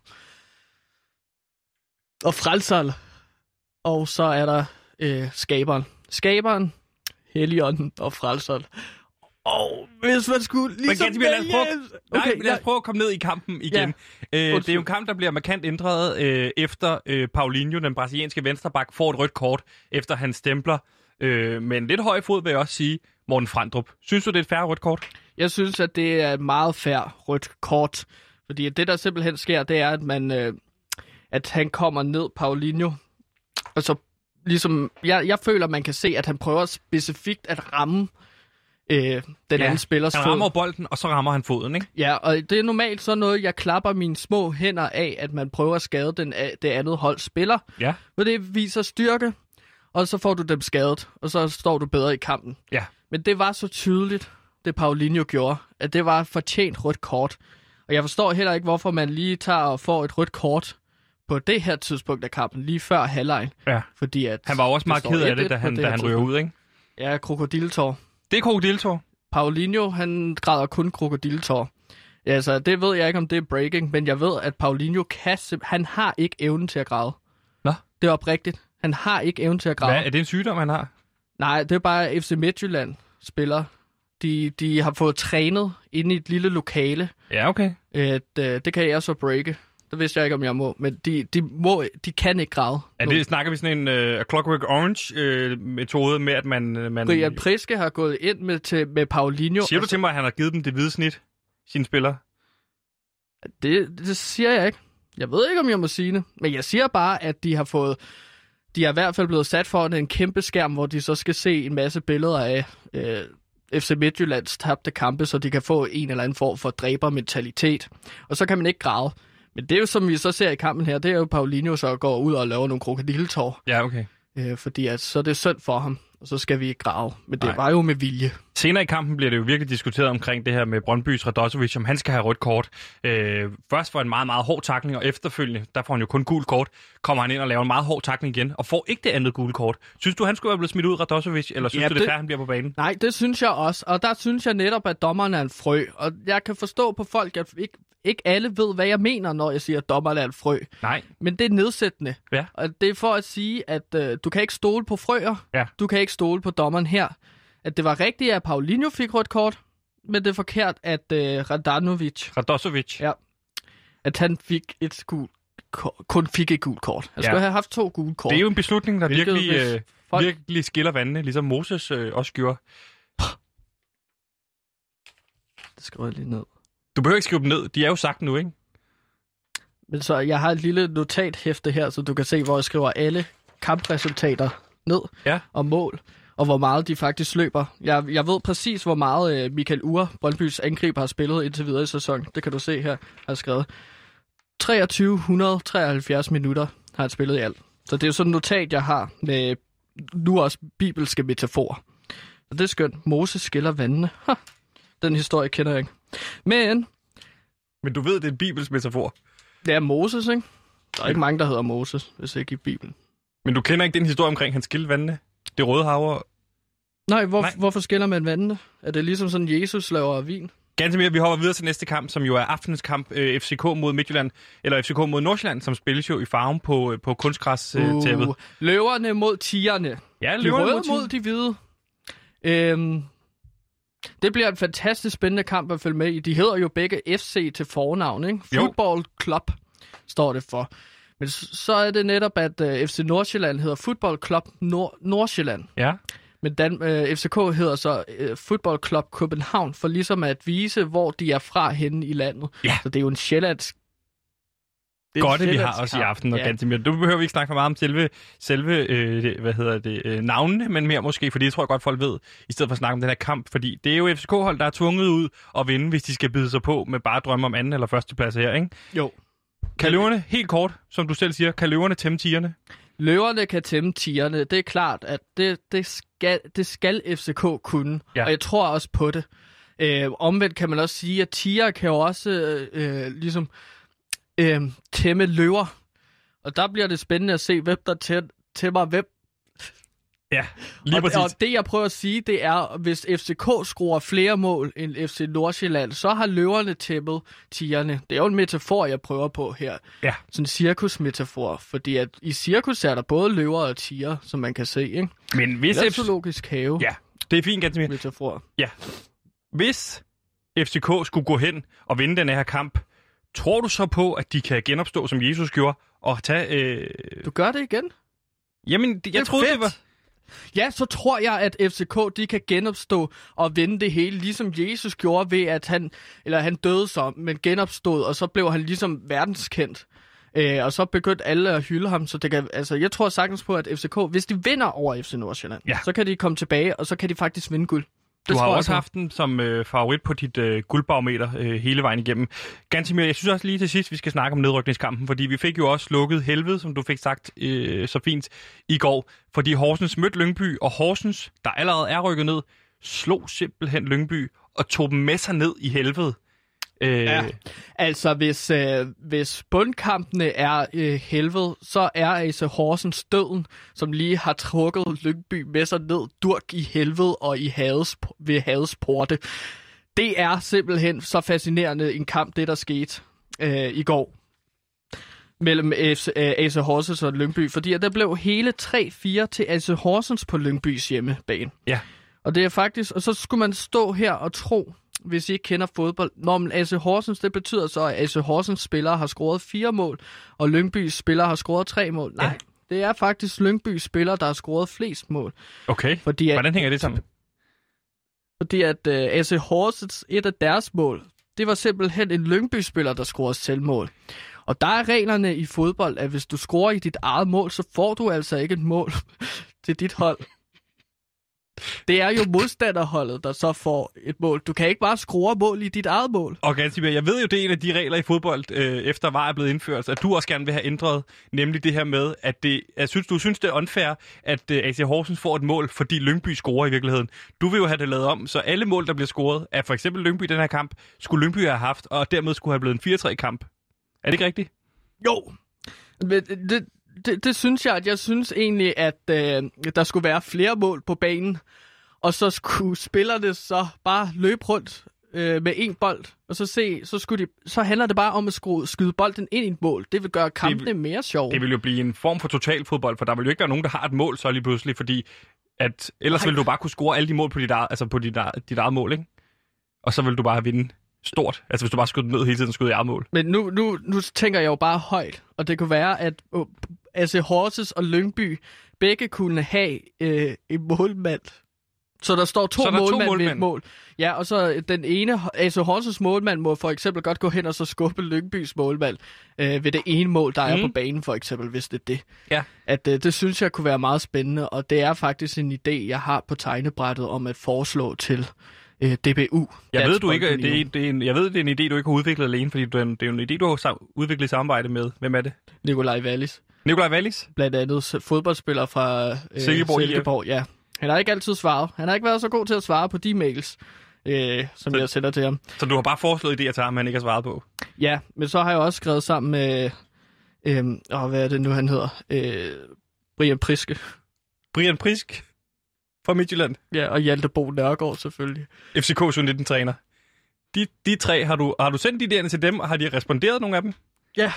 og frelseren. Og så er der øh, skaberen. Skaberen, Helligånden og frelseren. Og hvis man skulle ligesom... Men lad os prøve, nej, okay, lad os prøve at komme ned i kampen igen. Ja. Øh, det er jo en kamp, der bliver markant ændret øh, efter øh, Paulinho, den brasilianske venstreback, får et rødt kort, efter han stempler øh, med en lidt høj fod, vil jeg også sige, Morten Frandrup. Synes du, det er et fair rødt kort? Jeg synes, at det er et meget fair rødt kort. Fordi det, der simpelthen sker, det er, at man, øh, at han kommer ned, Paulinho, og så ligesom... Jeg, jeg føler, man kan se, at han prøver specifikt at ramme Øh, den ja, anden spillers han rammer bolden, og så rammer han foden, ikke? Ja, og det er normalt sådan noget, jeg klapper mine små hænder af, at man prøver at skade den, det andet hold spiller. Ja. For det viser styrke, og så får du dem skadet, og så står du bedre i kampen. Ja. Men det var så tydeligt, det Paulinho gjorde, at det var fortjent rødt kort. Og jeg forstår heller ikke, hvorfor man lige tager og får et rødt kort på det her tidspunkt af kampen, lige før halvlejen. Ja. Fordi at han var også meget ked af det, da han, da han ryger ud, ikke? Ja, krokodilletår. Det er krokodilletår. Paulinho, han græder kun krokodilletår. Ja, altså, det ved jeg ikke, om det er breaking, men jeg ved, at Paulinho kan han har ikke evnen til at græde. Nå? Det er oprigtigt. Han har ikke evnen til at græde. Hvad? Er det en sygdom, han har? Nej, det er bare F C Midtjylland spiller. De, de har fået trænet inde i et lille lokale. Ja, okay. Et, uh, det kan jeg så breake. Det vidste jeg ikke, om jeg må. Men de, de, må, de kan ikke græde. Er det, snakker vi sådan en uh, Clockwork Orange-metode uh, med, at man... Uh, man Brian Priske har gået ind med, til, med Paulinho. Siger du til mig, at han har givet dem det hvide snit, sine spillere? Det, det siger jeg ikke. Jeg ved ikke, om jeg må sige det. Men jeg siger bare, at de har fået... De er i hvert fald blevet sat foran en kæmpe skærm, hvor de så skal se en masse billeder af øh, F C Midtjyllands tabte kampe, så de kan få en eller anden form for dræbermentalitet. Og så kan man ikke græde. Men det er jo, som vi så ser i kampen her, det er jo Paulinho, så går ud og laver nogle krokodilletår. Ja, okay. Øh, fordi at, så er det synd for ham, og så skal vi ikke grave. Men det Nej. var jo med vilje. Senere i kampen bliver det jo virkelig diskuteret omkring det her med Brøndbys Radosovic, om han skal have rødt kort. Øh, først for en meget, meget hård tackling, og efterfølgende, der får han jo kun gul kort, kommer han ind og laver en meget hård tackling igen, og får ikke det andet gule kort. Synes du, han skulle have blevet smidt ud, Radosovic, eller synes ja, du, det er fair, han bliver på banen? Nej, det synes jeg også, og der synes jeg netop, at dommeren er en frø. Og jeg kan forstå på folk, at ikke, ikke alle ved, hvad jeg mener, når jeg siger, at dommeren er en frø. Nej. Men det er nedsættende. Ja. Og det er for at sige, at øh, du kan ikke stole på frøer. Ja. Du kan ikke stole på dommeren her. At det var rigtigt, at Paulinho fik rødt kort, men det er forkert, at øh, Radanovic... Radosovic. Ja. At han fik et gult, kun fik et gult kort. Han ja. skulle have haft to gule kort. Det er jo en beslutning, der Hvilket, virkelig, øh, folk... virkelig skiller vandene, ligesom Moses øh, også gjorde. Det skriver jeg lige ned. Du behøver ikke skrive dem ned. De er jo sagt nu, ikke? Men så jeg har et lille notathæfte her, så du kan se, hvor jeg skriver alle kampresultater ned ja. og mål, og hvor meget de faktisk løber. Jeg, jeg ved præcis, hvor meget øh, Michael Ure, Brøndbys angriber, har spillet indtil videre i sæsonen. Det kan du se her, har jeg skrevet. to tusind tre hundrede og treoghalvfjerds minutter har han spillet i alt. Så det er jo sådan et notat, jeg har med nu også bibelske metaforer. Og det er skønt. Moses skiller vandene. Ha. Den historie kender jeg ikke. Men... Men du ved, det er en bibelsk metafor. Det er Moses, ikke? Der er ikke mange, der hedder Moses, hvis ikke i Bibelen. Men du kender ikke den historie omkring, han skilte vandene? Det røde hav? Nej, hvor, Nej, hvorfor skiller man vandene? Er det ligesom sådan, Jesus laver vin? Ganske mere, vi hopper videre til næste kamp, som jo er aftenens kamp, øh, F C K mod Midtjylland, eller F C K mod Nordsjælland, som spilles jo i farven på, på kunstgræs-tæppet. Uh, løverne mod tigerne. Ja, de løverne røde mod, mod de hvide. Øhm, Det bliver en fantastisk spændende kamp at følge med i. De hedder jo begge F C til fornavn, ikke? Football Club står det for. Men så er det netop, at uh, F C Nordsjælland hedder Football Club Nord- Nordsjælland. Ja. Men Dan, uh, F C K hedder så uh, Football Club København, for ligesom at vise, hvor de er fra henne i landet. Ja. Så det er jo en sjællandsk... Godt, at vi har os i aften, og ja. Gantemir. Du behøver vi ikke snakke for meget om selve, selve øh, det, hvad hedder det, øh, navnene, men mere måske, fordi det tror jeg godt, folk ved, i stedet for at snakke om den her kamp, fordi det er jo F C K-hold, der er tvunget ud at vinde, hvis de skal bide sig på med bare drømme om anden eller første plads her, ikke? Jo. Kan løverne, helt kort, som du selv siger, kan løverne tæmme tigerne? Løverne kan tæmme tigerne. Det er klart, at det, det, skal, det skal F C K kunne, ja. Og jeg tror også på det. Øh, omvendt kan man også sige, at tiger kan jo også øh, øh, ligesom... Øh, tæmme løver. Og der bliver det spændende at se, hvem der tæ- tæmmer hvem. Ja, lige og, præcis. og det, jeg prøver at sige, det er, hvis F C K skruer flere mål end F C Nordsjælland, så har løverne tæmmet tigerne. Det er jo en metafor, jeg prøver på her. Ja. Sådan en cirkusmetafor. Fordi at i cirkus er der både løver og tiger, som man kan se, ikke? Men hvis... Det er zoologisk have. Ja, det er fint, Gantemir. Metafor. Ja. Hvis F C K skulle gå hen og vinde den her kamp, tror du så på, at de kan genopstå, som Jesus gjorde, og tage... Øh... Du gør det igen? Jamen, det, jeg det troede, fedt. det var... Ja, så tror jeg, at F C K de kan genopstå og vinde det hele, ligesom Jesus gjorde ved, at han, eller han døde så, men genopstod, og så blev han ligesom verdenskendt. Øh, og så begyndte alle at hylde ham, så det kan, altså, jeg tror sagtens på, at F C K, hvis de vinder over F C Nordsjælland, ja. Så kan de komme tilbage, og så kan de faktisk vinde guld. Du har også haft den som øh, favorit på dit øh, guldbarometer øh, hele vejen igennem. Gantemir, jeg synes også lige til sidst, vi skal snakke om nedrykningskampen, fordi vi fik jo også lukket helvede, som du fik sagt øh, så fint i går. Fordi Horsens mødte Lyngby, og Horsens, der allerede er rykket ned, slog simpelthen Lyngby og tog dem med sig ned i helvede. Øh... Ja, altså hvis, øh, hvis bundkampene er øh, helvede, så er altså Horsens døden, som lige har trukket Lyngby med sig ned, durk i helvede og i hades, ved Hades porte. Det er simpelthen så fascinerende en kamp, det der skete øh, i går mellem A C Horsens og Lyngby, fordi der blev hele tre fire til A C Horsens på Lyngbys hjemmebane. Ja. Og det er faktisk, og så skulle man stå her og tro, hvis I ikke kender fodbold. Når man A C Horsens, det betyder så, at A C Horsens spillere har scoret fire mål, og Lyngbys spillere har scoret tre mål. Nej, ja. Det er faktisk Lyngbys spillere, der har scoret flest mål. Okay, fordi at, hvordan hænger det sammen? Fordi at uh, A C Horsens, et af deres mål, det var simpelthen en Lyngby-spiller, der scorede selvmål. Og der er reglerne i fodbold, at hvis du scorer i dit eget mål, så får du altså ikke et mål til dit hold. Det er jo modstanderholdet, der så får et mål. Du kan ikke bare score mål i dit eget mål. Og Gantemir, jeg ved jo, det er en af de regler i fodbold, øh, efter V A R er blevet indført, at du også gerne vil have ændret, nemlig det her med, at det, jeg synes, du synes, det er unfair, at øh, A C Horsens får et mål, fordi Lyngby scorer i virkeligheden. Du vil jo have det lavet om, så alle mål, der bliver scoret af for eksempel Lyngby i den her kamp, skulle Lyngby have haft, og dermed skulle have blevet en fire tre kamp. Er det ikke rigtigt? Jo. Men det, det, det synes jeg, at jeg synes egentlig, at øh, der skulle være flere mål på banen, og så skulle spillerne så bare løbe rundt øh, med en bold, og så se, så, skulle de, så handler det bare om at skrue, skyde bolden ind i et mål. Det vil gøre kampene det, mere sjove. Det vil jo blive en form for totalfodbold, for der vil jo ikke være nogen, der har et mål så lige pludselig, fordi at ellers ville du bare kunne score alle de mål på dit eget, altså på dit eget, dit eget mål, ikke? Og så vil du bare vinde stort. Altså hvis du bare skød ned hele tiden og skød i eget mål. Men nu, nu, nu tænker jeg jo bare højt, og det kunne være, at uh, A C Horsens og Lyngby begge kunne have øh, en målmand. Så der står to, så der målmænd, to målmænd ved et mål. Ja, og så den ene, A C Horsens målmand, må for eksempel godt gå hen og så skubbe Lyngbys målmand øh, ved det ene mål, der er mm. på banen, for eksempel, hvis det er det. Ja. At øh, det synes jeg kunne være meget spændende, og det er faktisk en idé, jeg har på tegnebrættet om at foreslå til øh, D B U. Jeg ved, du ikke, det er, det er en, jeg ved, det er en idé, du ikke har udviklet alene, fordi det er en, det er en idé, du har udviklet i samarbejde med. Hvem er det? Nikolaj Wallis. Nikolaj Wallis? Blandt andet fodboldspiller fra øh, Silkeborg, Silkeborg, ja. Han har ikke altid svaret. Han har ikke været så god til at svare på de mails, øh, som så, jeg sender til ham. Så du har bare foreslået idéer til ham, han ikke har svaret på? Ja, men så har jeg også skrevet sammen med, øh, åh, hvad er det nu, han hedder? Øh, Brian Priske. Brian Prisk fra Midtjylland? Ja, og Hjalte Bo Nørgaard selvfølgelig. F C K nitten-træner. De, de tre, har du, har du sendt idéerne til dem, og har de responderet nogle af dem? Ja,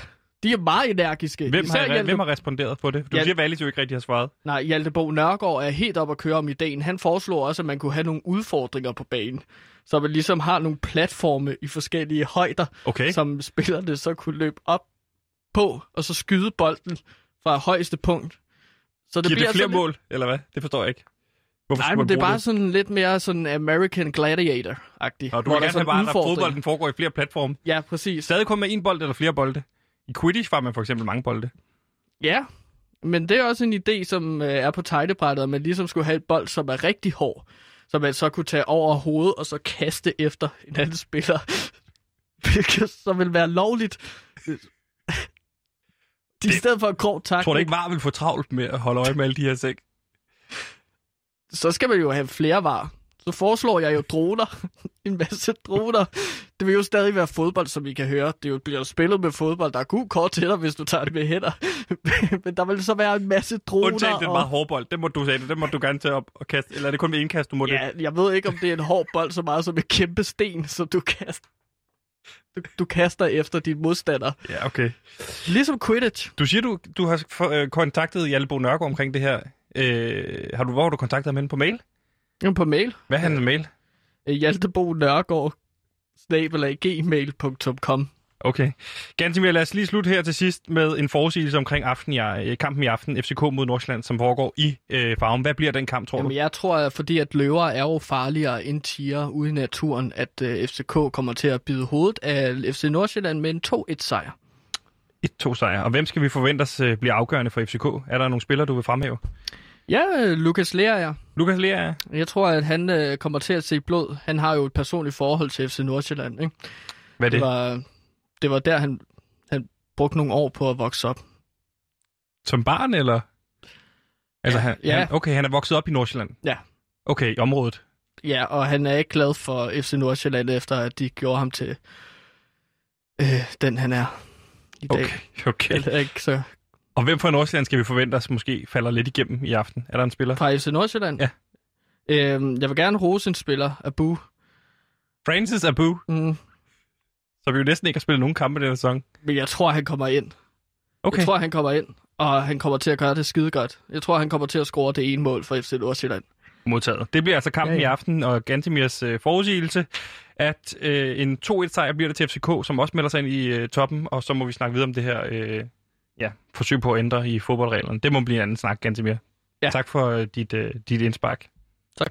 De er meget energiske. Hvem Især har, Hjalte... hvem har responderet på det? Du Ja. siger, at Wallis jo ikke rigtig har svaret. Nej, Hjalte Bo Nørgaard er helt op at køre om ideen. Han foreslår også, at man kunne have nogle udfordringer på banen. Så man ligesom har nogle platforme i forskellige højder, Okay. som spillerne så kunne løbe op på, og så skyde bolden fra højeste punkt. Så det Giver bliver det flere sådan mål, eller hvad? Det forstår jeg ikke. Hvorfor Nej, skulle men man det er bruge bare sådan lidt mere sådan American Gladiator-agtigt. Nå, du hvor vil der er gerne sådan have bare, at udfordring. fodbolden foregår i flere platforme. Ja, præcis. Stadig kun med en bold eller flere bolde. I Quidditch var man for eksempel mange bolde. Ja, men det er også en idé, som øh, er på tegnebrættet, at man ligesom skulle have et bold, som er rigtig hård, så man så kunne tage over hovedet og så kaste efter en anden spiller, hvilket så vil være lovligt. I stedet for en grov takling. Tror du ikke, VAR vil få travlt med at holde øje med alle de her ting? Så skal man jo have flere var. Så foreslår jeg jo droner. En masse droner. Det vil jo stadig være fodbold, som I kan høre. Det jo bliver jo spillet med fodbold. Der er god kort til dig, hvis du tager det med hænder. Men der vil så være en masse droner. Undtagen den og... meget hårde bold. Den må du sige, den må du gerne tage op og kaste. Eller er det kun ved indkast, du må det? Ja, jeg ved ikke, om det er en hård bold så meget som en kæmpe sten, som du kaster. Du, du kaster efter din modstander. Ja, okay. Ligesom Quidditch. Du siger, du, du har for, øh, kontaktet Hjalte Bo Nørgaard omkring det her. Øh, har du, hvor har du kontaktet ham hen på mail? På mail. Hvad er hans mail? Hjaltebo Nørgaard snabel-a gmail punktum com. Okay. Gantemir, lad os lige slutte her til sidst med en forudsigelse omkring aften i, kampen i aften. F C K mod Nordsjælland, som foregår i øh, Farum. Hvad bliver den kamp, tror Jamen, du? jeg tror, at fordi at løver er jo farligere end tiger ude i naturen, at øh, F C K kommer til at bide hovedet af F C Nordsjælland med en to et sejr. et to sejr. Og hvem skal vi forvente os øh, bliver afgørende for F C K? Er der nogle spillere, du vil fremhæve? Ja, øh, Lukas Lerager. Lukas Lerager? Jeg tror, at han øh, kommer til at se blod. Han har jo et personligt forhold til F C Nordsjælland, ikke? Hvad er det? Det var, det var der, han, han brugte nogle år på at vokse op. Som barn, eller? Altså, Ja, han, ja. Han, okay, han er vokset op i Nordsjælland? Ja. Okay, i området? Ja, og han er ikke glad for F C Nordsjælland, efter at de gjorde ham til øh, den, han er i dag. Okay, okay. Eller ikke så... Og hvem fra Nordsjælland skal vi forvente os måske falder lidt igennem i aften? Er der en spiller? Fra F C Nordsjælland? Ja. Øhm, jeg vil gerne rose en spiller, Abu. Francis Abu, Mm, så vi jo næsten ikke har spillet nogen kampe den sæson. men jeg tror, han kommer ind. Okay. Jeg tror, han kommer ind, og han kommer til at gøre det skide godt. Jeg tror, han kommer til at score det ene mål for F C Nordsjælland. Modtaget. Det bliver altså kampen Ja, ja. i aften, og Gantemirs øh, forudsigelse, at øh, en to et sejr bliver det til F C K, som også melder sig ind i øh, toppen, og så må vi snakke videre om det her øh, ja, forsøg på at ændre i fodboldreglerne. Det må blive en anden snak, Gantemir. Ja. Tak for øh, dit, øh, dit indspark. Tak.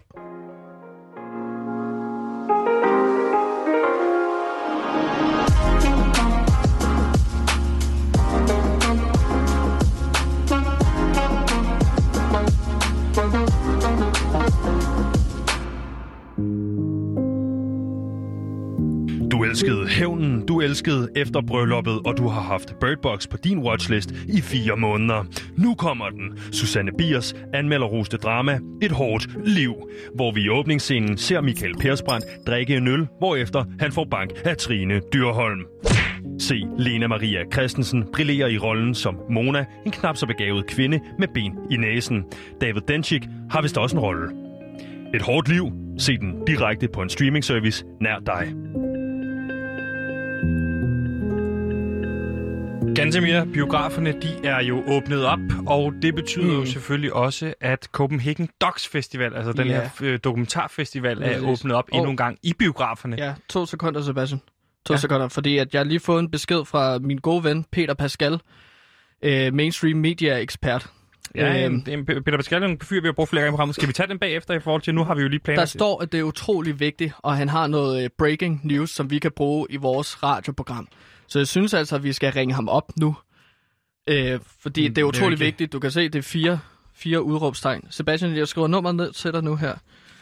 Du elskede hævnen, du elskede efter brylluppet, og du har haft Bird Box på din watchlist i fire måneder. Nu kommer den. Susanne Biers anmelderroste drama Et hårdt liv, hvor vi i åbningsscenen ser Michael Persbrandt drikke en øl, hvorefter han får bank af Trine Dyrholm. Se Lena Maria Christensen brillere i rollen som Mona, en knap så begavet kvinde med ben i næsen. David Dencik har vist også en rolle. Et hårdt liv. Se den direkte på en streamingservice nær dig. Gantemir, biograferne de er jo åbnet op, og det betyder mm. jo selvfølgelig også, at Copenhagen Docs Festival, altså den Ja. her øh, dokumentarfestival, Ja, er præcis. åbnet op Og- endnu en gang i biograferne. Ja, to sekunder, Sebastian. To Ja. ja. sekunder, fordi at jeg har lige fået en besked fra min gode ven, Peter Pascal, øh, mainstream media ekspert. Ja, Øhm, en, en Peter Pascal er en fyr, vi har brugt flere gange i programmet. Skal vi tage den bagefter i forhold til, nu har vi jo lige planer. Der står, at det er utrolig vigtigt, og han har noget øh, breaking news, som vi kan bruge i vores radioprogram. Så jeg synes altså, at vi skal ringe ham op nu. Øh, fordi Mm, det er det er utrolig vigtigt. vigtigt. Du kan se, det er fire, fire udråbstegn. Sebastian, jeg skriver nummeret ned til dig nu her.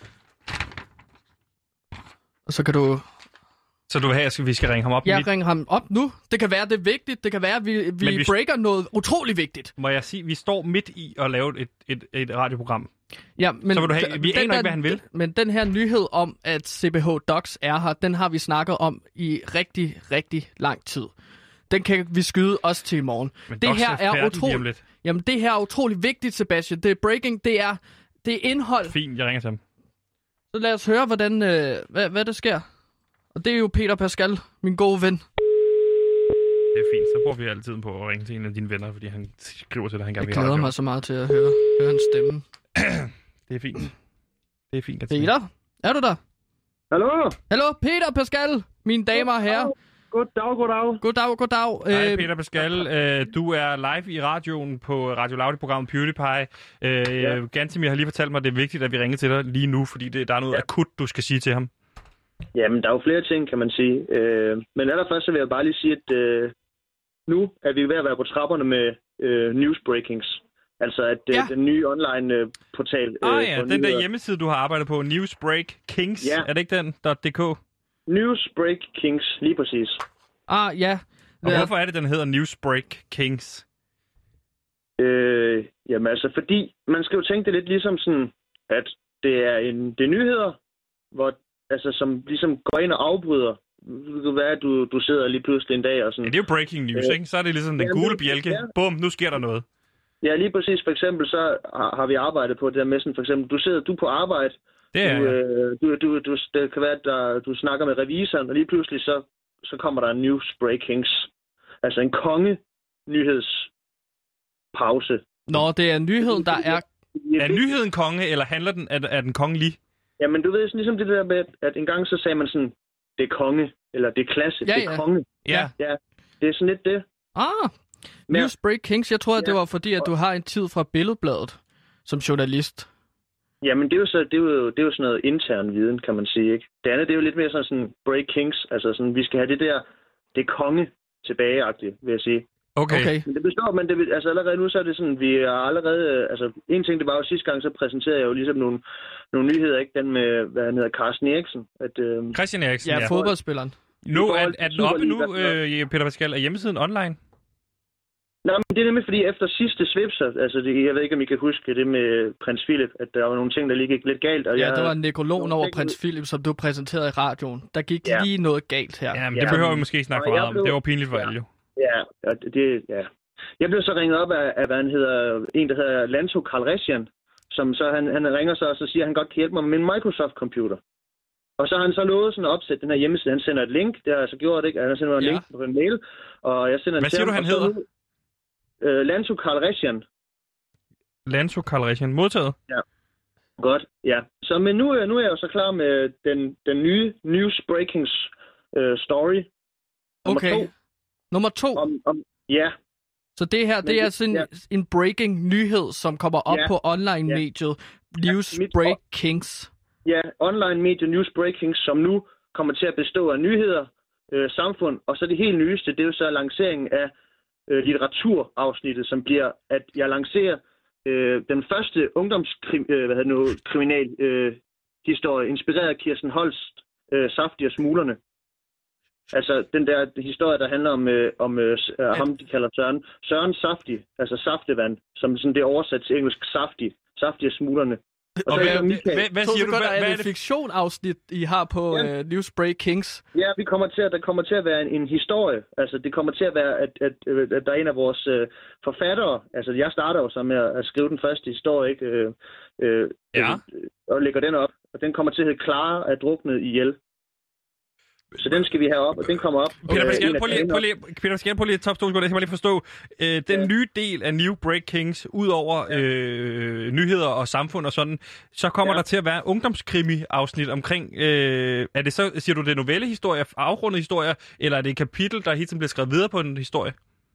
Og så kan du... Så du vil have, at vi skal ringe ham op? Jeg Mit, ringer ham op nu. Det kan være, det er vigtigt. Det kan være, at vi, vi, vi- vi breaker noget utrolig vigtigt. må jeg sige, vi står midt i at lave et, et, et radioprogram. Ja, men Så vil du have- den- vi aner den ikke, der- hvad han vil. Men den her nyhed om, at C B H Docs er her, den har vi snakket om i rigtig, rigtig lang tid. Den kan vi skyde også til i morgen. Men Det Docs her er er færdig lige om utroligt. lidt. Jamen, det her er utrolig vigtigt, Sebastian. Det er breaking, det er, det er indhold. Fint, jeg ringer til ham. Så lad os høre, hvordan, øh, hvad, hvad der sker. Og det er jo Peter Pascal, min gode ven. Det er fint. Så bruger vi altid på at ringe til en af dine venner, fordi han skriver til dig, han gerne vil Jeg glæder mig så meget til at høre, høre hans stemme. Det er fint. Det er fint. Peter, er du der? Hallo? Hallo, Peter Pascal, mine damer og herrer. Goddag, goddag. Goddag, goddag. Hej Øh, Peter Pascal. Øh, du er live i radioen på Radio Loud-programmet PewDiePie. Øh, ja. Gantemir har lige fortalt mig, at det er vigtigt, at vi ringer til dig lige nu, fordi det, der er noget ja. akut, du skal sige til ham. Jamen, der er jo flere ting, kan man sige. Øh, men allerførst så vil jeg bare lige sige, at øh, nu er vi ved at være på trapperne med øh, newsbreakings. Altså at øh, ja. den nye online-portal... Øh, ah ja, den der hjemmeside, du har arbejdet på, Newsbreak Kings. Ja. Er det ikke den? .dk? Newsbreak Kings, lige præcis. Ah, ja. Og hvorfor er det, den hedder Newsbreak Kings? Øh, jamen altså, fordi man skal jo tænke det lidt ligesom sådan, at det er en det er nyheder, hvor, altså, som ligesom går ind og afbryder. Det kan være, at du, du sidder lige pludselig en dag og sådan... Ja, det er jo breaking news, øh, ikke? Så er det ligesom den ja, gule bjælke. Ja. Bum, nu sker der noget. Ja, lige præcis. For eksempel så har, har vi arbejdet på det der med sådan, for eksempel, du sidder du på arbejde, det er, du, øh, du, du, du, det kan være, at der, du snakker med revisoren, og lige pludselig så, så kommer der en newsbreakings. Altså en konge-nyhedspause. Nå, det er nyheden, der er... Er nyheden konge, eller handler den, er, er den kongelig? Jamen, du ved, sådan ligesom det der med, at en gang så sagde man sådan, det er konge, eller det er klasse, ja, det er ja. konge. Ja. ja. Det er sådan lidt det. Ah, Newsbreak Kings. Jeg tror, at det var fordi, at du har en tid fra Billedbladet som journalist. Jamen, det er jo, så, det er jo, det er jo sådan noget intern viden, kan man sige, ikke? Det andet, det er jo lidt mere sådan, sådan break kings, altså sådan, vi skal have det der, det er konge tilbageagtigt, vil jeg sige. Okay. okay. Men det består, men det, altså allerede nu, så er det sådan, vi er allerede, altså en ting, det var jo sidste gang, så præsenterede jeg jo ligesom nogle, nogle nyheder, ikke? Den med, hvad han hedder, Carsten Eriksen. At, øh, Christian Eriksen, ja. Ja, fodboldspilleren. Nu er, er den oppe nu, øh, Peter Pascal, er hjemmesiden online? Nej, men det er nemlig fordi efter sidste svipser, altså det, jeg ved ikke, om I kan huske det med prins Philip, at der var nogle ting, der lige gik lidt galt. Og ja, jeg, det var nekrologen over prins Philip, som du præsenterede i radioen. Der gik ja. lige noget galt her. Ja, men det ja, behøver vi måske ikke snakke meget om. Blev, det var pinligt for ja, alle jo. Ja, det, ja. Jeg blev så ringet op af, af hvad han hedder, en, der hedder Lanto Calrissian, som så han, han ringer så og så siger, at han godt kan hjælpe mig med min Microsoft-computer. Og så har han så lovet sådan at opsætte den her hjemmeside. Han sender et link, det har jeg så gjort, ikke? Han sender en ja. link på en mail, og jeg sender en Hvad siger du, han hedder? Uh, Lanto Calrissian. Lanto Calrissian. Modtaget? Ja. Godt, ja. Så men nu, nu er jeg jo så klar med den, den nye News Breakings uh, story. Nummer okay. To. Nummer to? Om, om, ja. Så det her, det, det er sådan ja. en breaking nyhed, som kommer op ja. på online-mediet ja. News ja, Break Kings. Ja, online-medie News Breakings, som nu kommer til at bestå af nyheder, øh, samfund, og så det helt nyeste, det er jo så lanceringen af øh, litteraturafsnittet, som bliver, at jeg lancerer øh, den første ungdomskriminal øh, historie, inspireret af Kirsten Holst, øh, Saftig og Smuglerne. Altså den der historie, der handler om, øh, om øh, ham, de kalder Søren. Søren Saftig, altså saftevand, som sådan det er oversat til engelsk Saftig, Saftig og Smuglerne. Og, og hvad, hvad, hvad siger du? Godt, hvad, hvad er det fiktion-afsnit, I har på ja. uh, Newsbreak Kings? Ja, vi kommer til at, der kommer til at være en, en historie. Altså, det kommer til at være, at, at, at, at der er en af vores uh, forfattere. Altså, jeg starter jo så med at, at skrive den første historie, ikke? Uh, uh, ja. Uh, og lægger den op. Og den kommer til at hedde Clara er druknet ihjel. Så den skal vi have op, og den kommer op. Peter Pascal, prøv lige, prøv lige, Peter Pascal, prøv lige top to sekunder, jeg skal bare lige forstå. Øh, den ja. nye del af New Break Kings, ud over ja. øh, nyheder og samfund og sådan, så kommer ja. der til at være ungdomskrimi-afsnit omkring, øh, er det så, siger du, det er novellehistorier, afrundede historier, eller er det et kapitel, der hele tiden bliver skrevet videre på en historie?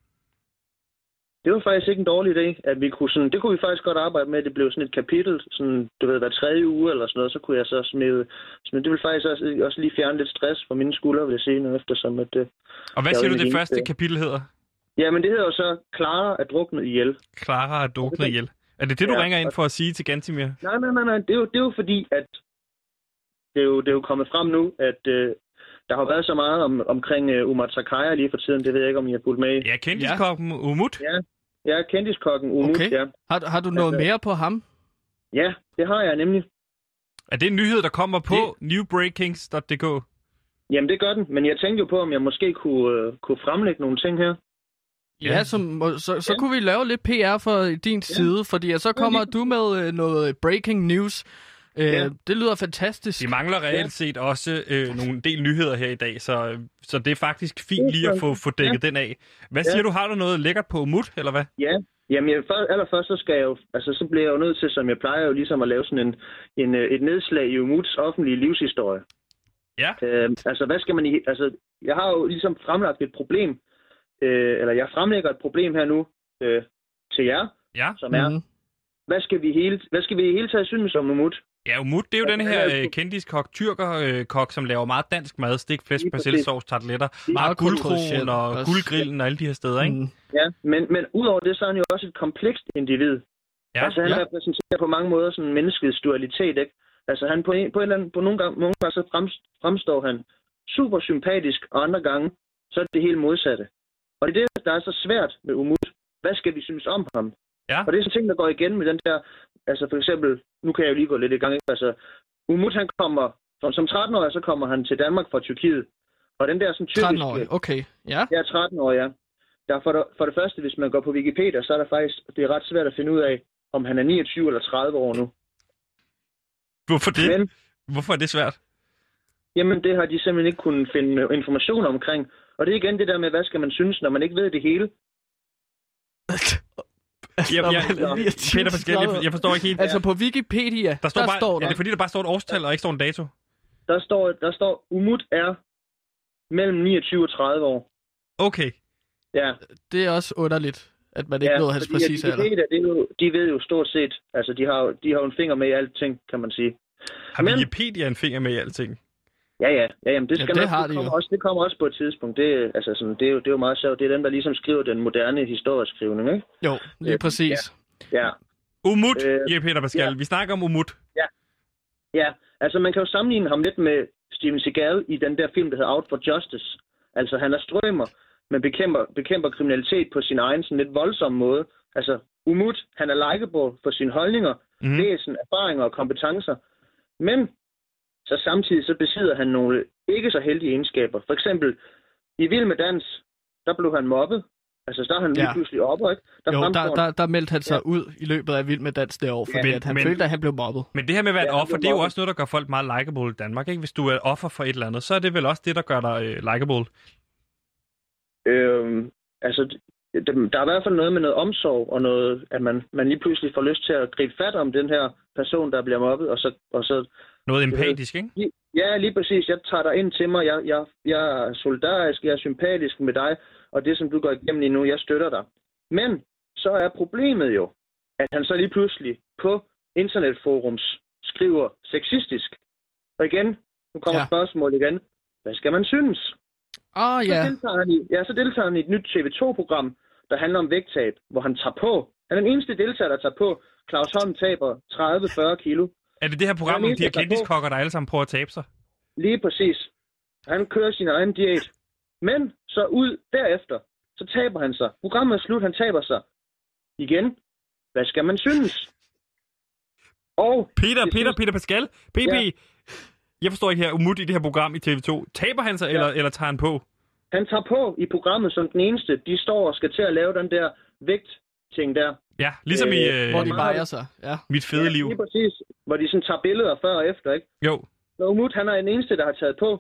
Det var faktisk ikke en dårlig idé, at vi kunne sådan, det kunne vi faktisk godt arbejde med, at det blev sådan et kapitel, sådan, du ved, hver tredje uge eller sådan noget, så kunne jeg så smide, smide det vil faktisk også, også lige fjerne lidt stress fra mine skuldre, vil jeg sige, nu eftersom at det... Og hvad siger du, det første kapitel hedder? Jamen, det hedder jo så, Clara er druknet ihjel. Clara er druknet ihjel. Er det det, du ja, ringer ind for at sige til Gantemir? Nej, nej, nej, nej, det er jo, det er jo fordi, at det er jo, det er jo kommet frem nu, at... Øh, der har været så meget om, omkring uh, Umut Sakai lige for tiden, det ved jeg ikke, om I har fulgt med i. Ja, kendiskokken ja. Umut. Ja, ja kendiskokken Umut, okay. ja. Har, har du noget altså, mere på ham? Ja, det har jeg nemlig. Er det en nyhed, der kommer på det... newbreakings punktum d k? Jamen, det gør den, men jeg tænkte jo på, om jeg måske kunne, uh, kunne fremlægge nogle ting her. Ja, ja som, så, så ja. kunne vi lave lidt P R for din ja. side, fordi så kommer okay. du med uh, noget breaking news. Øh, Ja. Det lyder fantastisk. Vi mangler reelt set også øh, nogle del nyheder her i dag, så, så det er faktisk fint lige at få, få dækket ja. den af. Hvad siger ja. du? Har du noget lækkert på Umut, eller hvad? Ja, jamen jeg, for, allerførst så skal jeg jo, altså så bliver jeg jo nødt til, som jeg plejer jo ligesom at lave sådan en, en et nedslag i Umuts offentlige livshistorie. Ja. Øh, altså hvad skal man i, altså jeg har jo ligesom fremlagt et problem, øh, eller jeg fremlægger et problem her nu øh, til jer, ja. som er, mm-hmm. hvad skal vi hele, hvad skal vi i hele taget synes om Umut? Ja, Umut, det er jo ja, den her øh, kendiskok, tyrker-kok, som laver meget dansk mad, stik, flæsk, persillesovs, tarteletter, meget guldkronen og guldgrillen og alle de her steder, ikke? Mm. Ja, men, men udover det, så er han jo også et komplekst individ. Ja, altså han ja. repræsenterer på mange måder sådan en menneskets dualitet, ikke? Altså han på en, på en eller anden, på nogle gange, nogle gange så fremstår han super sympatisk, og andre gange, så er det helt modsatte. Og det er det, der er så svært med Umut. Hvad skal vi synes om ham? Ja. Og det er sådan ting, der går igen med den der, altså for eksempel, nu kan jeg jo lige gå lidt i gang, ikke? Altså Umut han kommer, som, som tretten-årig, så kommer han til Danmark fra Tyrkiet. Og den der sådan tyrkiske... tretten-årig, okay, ja. Ja, tretten-årig, ja. Der for, det, for det første, hvis man går på Wikipedia, så er der faktisk, det er ret svært at finde ud af, om han er niogtyve eller tredive år nu. Hvorfor det? Men, Hvorfor er det svært? Jamen, det har de simpelthen ikke kunnet finde information omkring. Og det er igen det der med, hvad skal man synes, når man ikke ved det hele. Jeg, jeg, jeg, Peter Pascal, jeg, jeg forstår ikke helt. Altså på Wikipedia, der står, der bare, står der... Er det fordi, der bare står et årstal og ikke står en dato? Der står, der står Umut er mellem niogtyve og tredive år. Okay. Ja. Det er også underligt, at man ikke ja, ved hans præcise alder. De, det er jo, de ved jo stort set, altså de har, de har jo en finger med i alting, kan man sige. Har Men, Wikipedia en finger med i alting? Ja, ja. ja jamen, det, skal ja, det, nok, har det, de kommer jo. også, det kommer også på et tidspunkt. Det, altså, sådan, det, er jo, det er jo meget sjovt. Det er dem, der ligesom skriver den moderne historieskrivning, ikke? Jo, lige præcis. Ja. ja. Umut, øh, ja, Peter Pascal. Ja. Vi snakker om Umut. Ja. Ja, altså man kan jo sammenligne ham lidt med Steven Seagal i den der film, der hedder Out for Justice. Altså han er strømmer, men bekæmper, bekæmper kriminalitet på sin egen sådan lidt voldsom måde. Altså Umut, han er likeable for sine holdninger, mm-hmm. væsen, erfaringer og kompetencer. Men så samtidig så besidder han nogle ikke så heldige egenskaber. For eksempel i Vild med Dans, der blev han mobbet. Altså, der er han lige ja. pludselig oppe, ikke? Der jo, der, der, der meldte han sig ja. ud i løbet af Vild med Dans det år, fordi ja, at han men, følte, at han blev mobbet. Men det her med at være ja, et offer, det er jo også noget, der gør folk meget likeable i Danmark, ikke? Hvis du er offer for et eller andet, så er det vel også det, der gør dig øh, likeable? Øhm, altså, der er i hvert fald noget med noget omsorg, og noget, at man, man lige pludselig får lyst til at gribe fat om den her person, der bliver mobbet, og så... Og så noget empatisk, ikke? Ja, lige præcis. Jeg tager dig ind til mig, jeg, jeg, jeg er solidarisk, jeg er sympatisk med dig, og det, som du går igennem lige nu, jeg støtter dig. Men så er problemet jo, at han så lige pludselig på internetforums skriver sexistisk. Og igen, nu kommer ja. spørgsmålet igen. Hvad skal man synes? Åh, oh, ja. Så deltager han i, ja, så deltager han i et nyt T V to-program, der handler om vægttab, hvor han tager på. Han er den eneste deltager, der tager på. Claus Holm taber tredive til fyrre kilo. Er det det her program om de her kendiskokker, der alle sammen prøver at tabe sig? Lige præcis. Han kører sin egen diæt. Men så ud derefter, så taber han sig. Programmet er slut, han taber sig. Igen. Hvad skal man synes? Og Peter, Peter, synes... Peter Pascal, P P. Ja. Jeg forstår ikke her, Umut i det her program i T V to. Taber han sig, ja. eller, eller tager han på? Han tager på i programmet som den eneste. De står og skal til at lave den der vægt-ting der. Ja, ligesom øh, i... Øh, hvor de vejer sig. Ja. Mit fede ja, liv. Lige præcis. Hvor de sådan tager billeder før og efter, ikke? Jo. Så Umut, han er den eneste, der har taget på.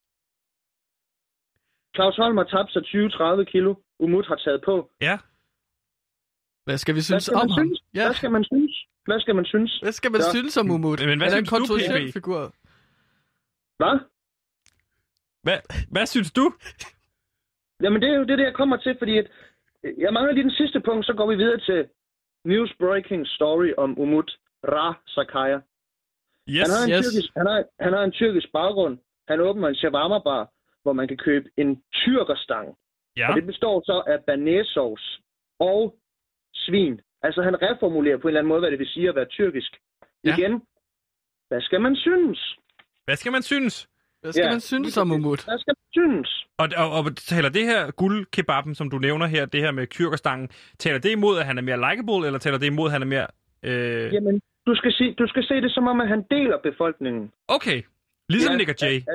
Claus Holm har tabt sig tyve til tredive kilo. Umut har taget på. Ja. Hvad skal vi synes skal om ham? Ja. Hvad skal man synes? Hvad skal man synes? Hvad skal man ja. synes om Umut? Men, men hvad synes du, P P? Figur? Hvad? Hvad? Hvad synes du? Jamen, det er jo det, jeg kommer til, fordi at jeg mangler lige den sidste punkt, så går vi videre til news breaking story om Umut Ra Sakaya. Yes, han, har en yes. tyrkisk, han, har, han har en tyrkisk baggrund. Han åbner en shawarma-bar, hvor man kan købe en tyrkerstang. Ja. Og det består så af banæssauce og svin. Altså han reformulerer på en eller anden måde, hvad det vil sige at være tyrkisk. Ja. Igen, hvad skal man synes? Hvad skal man synes? Hvad skal ja. man synes om Umut? Hvad skal man synes? Og, og, og taler det her guldkebaben, som du nævner her, det her med tyrkerstangen, taler det imod, at han er mere likeable, eller taler det imod, at han er mere... Øh... Jamen, du skal, se, du skal se det som om, at han deler befolkningen. Okay. Ligesom ja, Nick og Jay. At, at...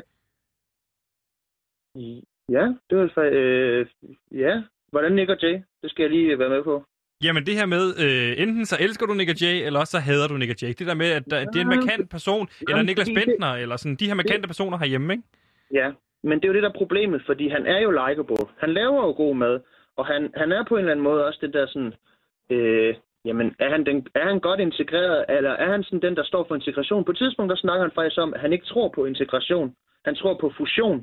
Ja, det var øh, ja. Hvordan Nick og Jay? Det skal jeg lige være med på. Jamen det her med, øh, enten så elsker du Nick og Jay, eller også så hader du Nick og Jay. Det der med, at der, det er en markant person, Jamen, eller Niklas fordi det- Bentner, eller sådan de her markante personer herhjemme, ikke? Ja, men det er jo det, der er problemet, fordi han er jo likeable. Han laver jo god mad, og han, han er på en eller anden måde også det der sådan... Øh, jamen, er han, den, er han godt integreret, eller er han sådan den, der står for integration? På et tidspunkt, der snakker han faktisk om, at han ikke tror på integration. Han tror på fusion.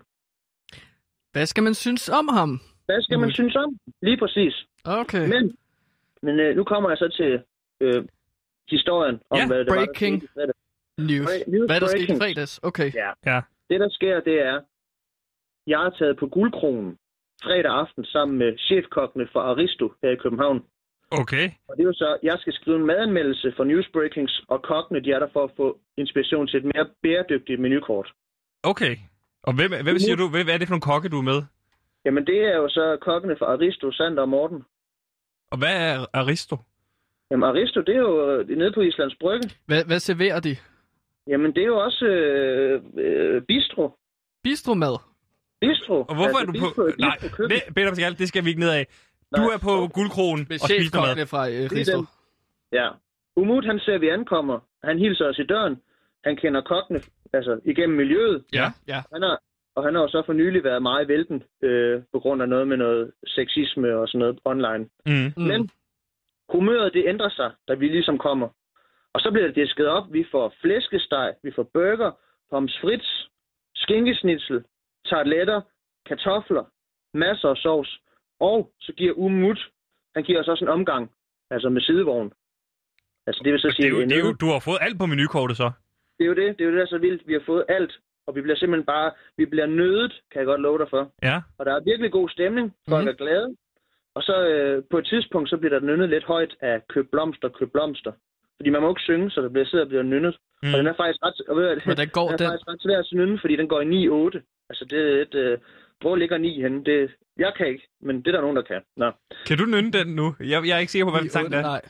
Hvad skal man synes om ham? Hvad skal man synes om? Lige præcis. Okay. Men, men øh, nu kommer jeg så til øh, historien om, Ja, hvad det breaking. var, der skete. News. Break- news Hvad der skete i breaking. fredags? Okay. Ja. Ja. Det, der sker, det er, jeg har taget på Guldkronen fredag aften sammen med chefkokkene fra Aristo her i København. Okay. Og det er jo så, jeg skal skrive en madanmeldelse for Newsbreakings, og kokkene, de er der for at få inspiration til et mere bæredygtigt menukort. Okay. Og hvem, hvem siger du, hvad er det for nogle kokke, du er med? Jamen, det er jo så kokkene fra Aristo, Sander og Morten. Og hvad er Aristo? Jamen, Aristo, det er jo øh, nede på Islands Brygge. Hvad, hvad serverer de? Jamen, det er jo også øh, øh, bistro. Bistromad. Bistro. Og hvorfor altså, er du på... bistro, Nej, bistro køkken. det- Peter Pascal, det skal vi ikke ned af. Du Nej. er på Guldkronen Med og spiser mad. chefkokkene fra øh, er Risto. den. Ja. Umut, han ser, at vi ankommer. Han hilser os i døren. Han kender kokkene altså, igennem miljøet. Ja. Ja. Han har, og han har jo så for nylig været meget i vælten øh, på grund af noget med noget sexisme og sådan noget online. Mm. Mm. Men humøret, det ændrer sig, da vi ligesom kommer. Og så bliver det disket op. Vi får flæskesteg, vi får burger, pommes frites, skinkesnitsel, tarteletter, kartofler, masser af sovs. Og så giver Umut, han giver os også en omgang, altså med sidevogn. Altså det vil så Det sige, er jo, en det er jo, øl. du har fået alt på menukortet så. det er jo det, det er jo det, der er så vildt. Vi har fået alt, og vi bliver simpelthen bare, vi bliver nødet, kan jeg godt love dig for. Ja. Og der er virkelig god stemning, folk Mhm. er glade. Og så øh, på et tidspunkt, så bliver der nynnet lidt højt af køb blomster, køb blomster. Fordi man må ikke synge, så der bliver sidder og bliver nynnet. Mm. Og den er faktisk ret, og ved, du hvad, Hvordan går den er den? faktisk ret svær at nynne, fordi den går i ni otte. Altså det er et, øh, hvor ligger ni henne? Det, jeg kan ikke, men det er der nogen, der kan. Nå. Kan du nynne den nu? Jeg, jeg er ikke sikker på, hvad den sang det er. Nej.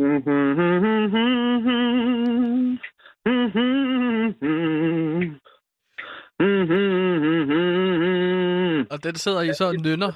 Og den sidder I så og nynner.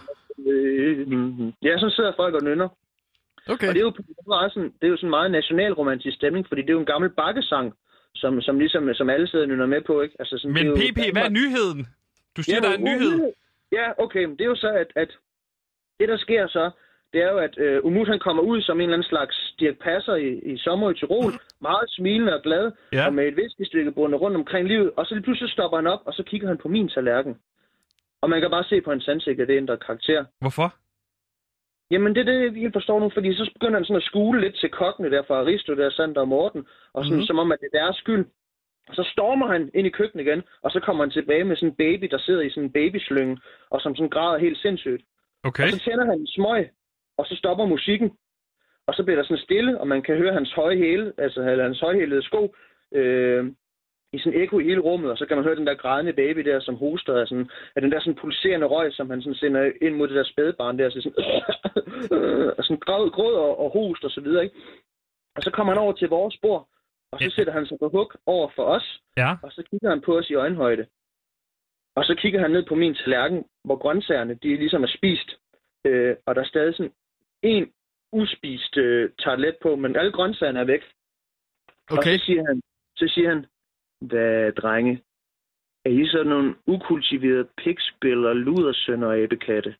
Ja, så sidder folk og nynner. Okay. Og det er jo på en måde sådan, det er jo sådan meget nationalromantisk stemning, fordi det er jo en gammel bakkesang, som, som ligesom som alle sidder og nynner med på, ikke? Altså sådan, Men det er jo P P, hvad er nyheden? Du siger, Ja, der er en nyhed. Ja, okay, men det er jo så, at, at det, der sker så, det er jo, at øh, Umut, han kommer ud som en eller anden slags Dirch Passer i, i sommer i Tyrol, meget smilende og glad, Ja. og med et whiskystykke bundet rundt omkring livet, og så lige pludselig stopper han op, og så kigger han på min tallerken. Og man kan bare se på hans ansigt, at det ændrer karakter. Hvorfor? Jamen, det er det, jeg ikke helt forstår nu, fordi så begynder han sådan at skule lidt til kokkene der fra Aristo, der Sander og Morten, og sådan, Mhm. mm-hmm. som om, at det er deres skyld. Og så stormer han ind i køkkenet igen, og så kommer han tilbage med sådan en baby, der sidder i sådan en babyslynge, og som sådan græder helt sindssygt. Okay. Og så tænder han en smøg, og så stopper musikken. Og så bliver der sådan stille, og man kan høre hans høje hæle, altså eller hans højhælede sko, øh, i sådan ekko i hele rummet, og så kan man høre den der grædende baby der, som hoster af, sådan, af den der sådan pulserende røg, som han sådan sender ind mod det der spædbarn der, så sådan, og sådan græd, gråd og, og host og så videre, ikke? Og så kommer han over til vores bord, og så Ja. sætter han sig på hug over for os, Ja. og så kigger han på os i øjenhøjde. Og så kigger han ned på min tallerken, hvor grøntsagerne, de ligesom er spist, øh, og der er stadig sådan en uspist øh, tartelet på, men alle grøntsagerne er væk. Okay. Og så siger han, så siger han, hvad drenge, er I sådan nogle ukultiverede pikspil og ludersønner og æbekatte?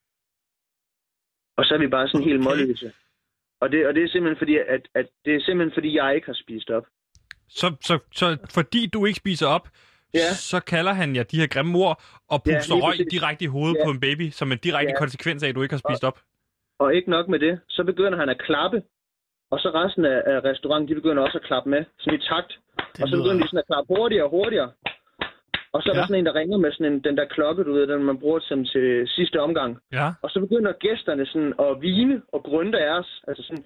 Og så er vi bare sådan helt Okay. målløse. Og det, og det er simpelthen fordi, at, at det er simpelthen fordi, jeg ikke har spist op. Så, så, så fordi du ikke spiser op, Ja. så kalder han jer de her grimme ord og Ja, puster lige røg præcis. direkte i hovedet Ja. på en baby, som en direkte Ja. konsekvens af, at du ikke har spist op. Og ikke nok med det, så begynder han at klappe. Og så resten af, af restauranten, de begynder også at klappe med, sådan i takt. Det Og så lyder- begynder de sådan at klappe hurtigere og hurtigere. Og så er Ja. der sådan en, der ringer med sådan en, den der klokke, du ved, den man bruger som til sidste omgang. Ja. Og så begynder gæsterne sådan at hvine og grønte af os. Altså sådan...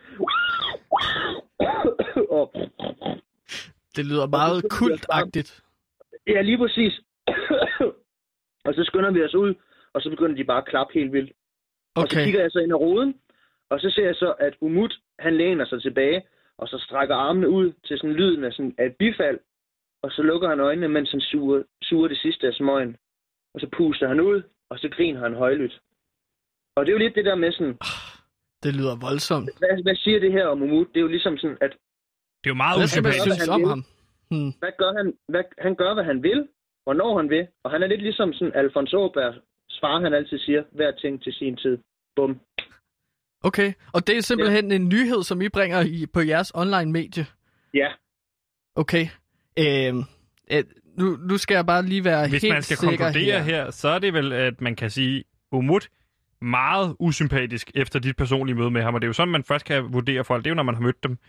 og, Det lyder meget kultagtigt. ja, lige præcis. Og så skynder vi os ud, og så begynder de bare at klappe helt vildt. Og så Okay. kigger jeg så ind ad ruden, og så ser jeg så, at Umut, han læner sig tilbage, og så strækker armene ud til sådan lyden af, sådan, af et bifald, og så lukker han øjnene, mens han suger, suger det sidste af smøgen. Og så puster han ud, og så griner han højlydt. Og det er jo lidt det der med sådan... Det det lyder voldsomt. Hvad, hvad siger det her om Umut? Det er jo ligesom sådan, at... Det er jo meget Hvad skal man usympatisk. synes om ham? Hmm. Hvad gør han? Hvad, han gør, hvad han vil, hvornår han vil. Og han er lidt ligesom sådan Alfons Åberg, far han altid siger, hver ting til sin tid. Bum. Okay, og det er simpelthen ja. en nyhed, som I bringer i, på jeres online-medie? Ja. Okay. Øhm, øh, nu, nu skal jeg bare lige være Hvis helt man skal sikker konkludere her. her, så er det vel, at man kan sige, Umut meget usympatisk efter dit personlige møde med ham. Og det er jo sådan, man først kan vurdere folk. Det er jo, når man har mødt dem.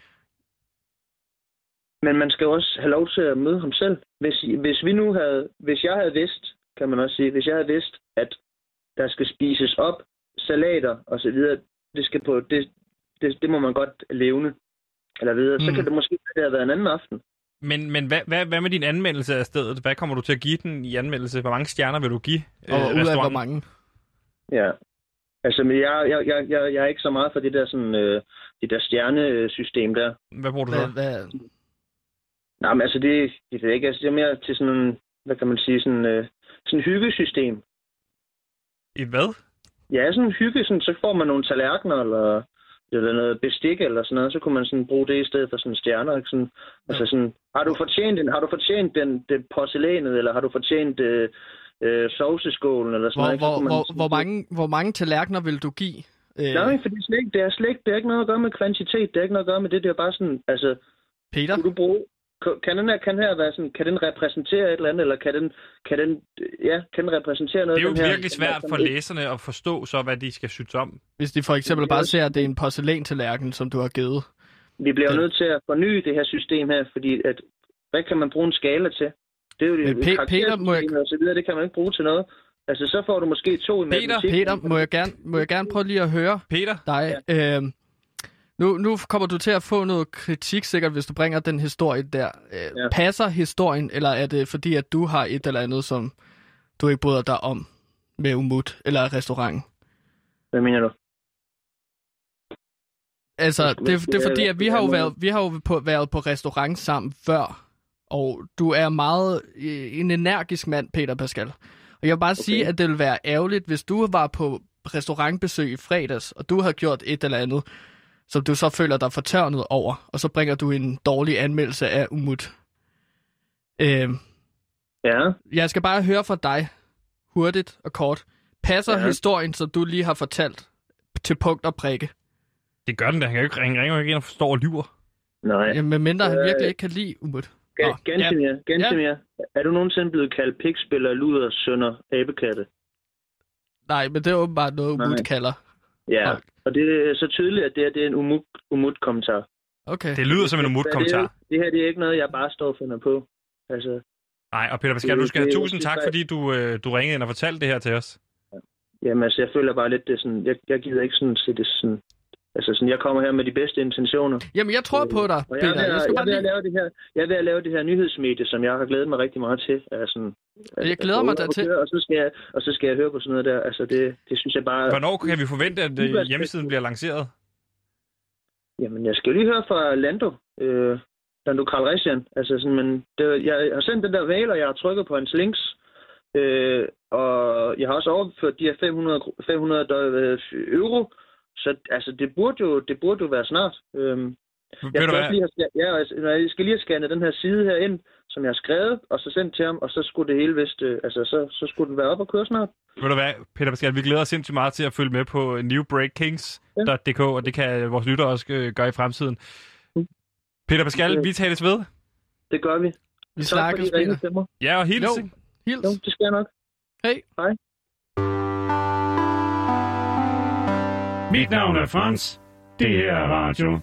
Men man skal jo også have lov til at møde ham selv. Hvis, hvis vi nu havde... Hvis jeg havde vidst, kan man også sige, hvis jeg havde vidst, at der skal spises op, salater og så videre, det skal på... Det, det, det må man godt levne. Eller videre. Mm. Så kan det måske have været en anden aften. Men, men hvad, hvad, hvad med din anmeldelse af stedet? Hvad kommer du til at give den i anmeldelse? Hvor mange stjerner vil du give øh, Og ud af hvor restauranten? mange? Ja. Altså, men jeg, jeg, jeg, jeg, jeg er ikke så meget for det der, sådan, øh, det der stjernesystem der. Hvad bruger du så? Hvad, hvad? Nej, men altså, det, det er ikke. Altså, det er mere til sådan en, hvad kan man sige, sådan øh, sådan hyggesystem. I hvad? Ja, sådan en hygge, sådan, så får man nogle tallerkener, eller, eller noget bestik, eller sådan noget, så kunne man sådan bruge det i stedet for sådan stjerner, ikke? Sådan, ja. Altså sådan, har du fortjent den, har du fortjent den, det porcelænet, eller har du fortjent øh, øh, sovseskålen, eller sådan Hvor, noget, hvor, man, hvor, sådan, hvor, mange, hvor mange tallerkener vil du give? Øh, Nej, for det er, slet ikke, det er slet ikke, det er ikke noget at gøre med kvantitet, det er ikke noget at gøre med det, det er bare sådan, altså, Peter? kunne du bruge, kan den her, kan her være sådan, kan den repræsentere et eller andet, eller kan den, kan den, ja, kan den repræsentere noget? Det er jo den her, virkelig svært for læserne at forstå så, hvad de skal synes om. Hvis de for eksempel bare ser, at det er en porcelæn-tallerken, som du har givet. Vi bliver jo Den- nødt til at forny det her system her, fordi at, hvad kan man bruge en skala til? Det er jo Men det Pe- Peter, må jeg- og så videre, det kan man ikke bruge til noget. Altså, så får du måske to i Peter, matematik. Peter, må jeg gerne, må jeg gerne prøve lige at høre Peter? dig? Ja. Øhm, nu, nu kommer du til at få noget kritik, sikkert, hvis du bringer den historie der. Øh, Ja. Passer historien, eller er det fordi, at du har et eller andet, som du ikke bryder dig om med Umut eller restauranten? Hvad mener du? Altså, Hvad skulle det, man det er sige? fordi, at vi har jo Hvad mener været, vi har jo på, været på restaurant sammen før, og du er meget øh, en energisk mand, Peter Pascal. Og jeg vil bare okay. sige, at det ville være ærgerligt, hvis du var på restaurantbesøg i fredags, og du har gjort et eller andet, som du så føler dig fortørnet over, og så bringer du en dårlig anmeldelse af Umut. Øh, Ja, jeg skal bare høre fra dig, hurtigt og kort. Passer Ja. historien, som du lige har fortalt, til punkt og prikke? Det gør den da. Han kan jo ikke ringe, ringer jo ikke ind og forstår og lyver. nej. Jamen, medmindre han Øh, virkelig ikke kan lide Umut. Nå, Ga- Gansimir, Gansimir, er du nogensinde blevet kaldt pikspiller, luder, sønder, abekatte? Nej, men det er åbenbart noget, Umut Nej. kalder. Ja, Nej. og det er så tydeligt, at det, er, det er en umut, umut-kommentar. Okay. Det lyder som en umut-kommentar. Det her det er ikke noget, jeg bare står og finder på. Altså, Nej, og Peter Pascal, Det- du skal have det- tusind det- tak, fordi du, øh, du ringede ind og fortalte det her til os. jamen, altså, jeg føler bare lidt, det er sådan, jeg, jeg gider ikke sådan se det sådan, altså sådan, jeg kommer her med de bedste intentioner. Jamen, jeg tror på dig, Og jeg er, ved, Peter. Jeg skal jeg, bare er ved at lige... lave det her, jeg er ved at lave det her nyhedsmedie, som jeg har glædet mig rigtig meget til. Altså, Jeg glæder mig dertil. Og så, skal jeg, og så skal jeg høre på sådan noget der. Altså, det, det synes jeg bare... Hvornår kan vi forvente, at øh, Uberspekt. hjemmesiden bliver lanceret? Jamen, jeg skal jo lige høre fra Lando. Øh, Lando Calrissian. Altså, sådan, men det, jeg har sendt den der mail, og jeg har trykket på hans links. Øh, og jeg har også overført de her fem hundrede, fem hundrede euro. Så altså, det burde jo, det burde jo være snart. Øh, Ved Jeg du skal, hvad? også lige have, ja, altså, jeg skal lige have scannet den her side her ind, som jeg har skrevet, og så sendt til ham, og så skulle det hele vist, øh, altså så, så skulle den være op og køre snart. Ved du hvad, Peter Pascal, vi glæder os sindssygt meget til at følge med på new break kings punktum d k, og det kan vores lyttere også øh, gøre i fremtiden. Peter Pascal, vi tales ved. Det gør vi. Vi Tak snakkes, fordi I ringede Peter. til mig. Ja, og hils. Jo. ikke? Hils. Jo, det skal jeg nok. Hej. Hej. Mit navn er Frans. Det her er radio.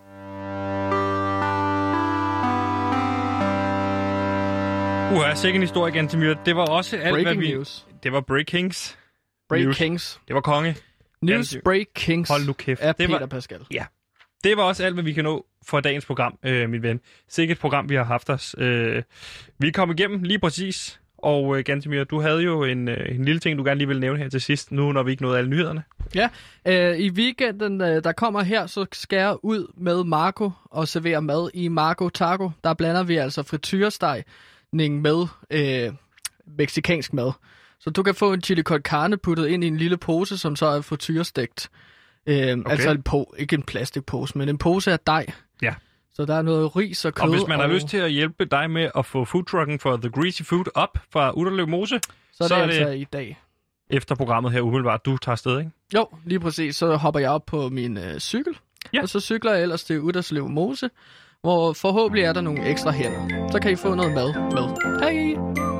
Uha, sikke en historie igen til Myre. Det var også alt, Breaking hvad vi... news. Det var Break Kings. Break News. Kings. Det var konge. News Break Kings Hold nu kæft. af Det var- Peter Pascal. Det var også alt, hvad vi kan nå for dagens program, øh, min ven. Sikkert et program, vi har haft os. Øh, vi er kommet igennem lige præcis. Og øh, Gantemir, du havde jo en, øh, en lille ting, du gerne lige vil nævne her til sidst, nu når vi ikke nåede alle nyhederne. Ja, øh, i weekenden, øh, der kommer her, så skal jeg ud med Marco og servere mad i Marco Taco. Der blander vi altså frityrestegning med øh, mexikansk mad. Så du kan få en chili con carne puttet ind i en lille pose, som så er frityrestegt. Øhm, Okay. Altså en po- ikke en plastikpose, men en pose af dej. Ja. Så der er noget ris og kød. Og hvis man har og... lyst til at hjælpe dig med at få foodtrucken for The Greasy Food op fra Utterløv Mose, så er det, så er altså det i dag. efter programmet her umiddelbart, du tager afsted, ikke? Jo, lige præcis. Så hopper jeg op på min øh, cykel, Ja. og så cykler jeg ellers til Utterslev Mose, hvor forhåbentlig er der nogle ekstra hænder. Så kan I få noget mad med. Hej!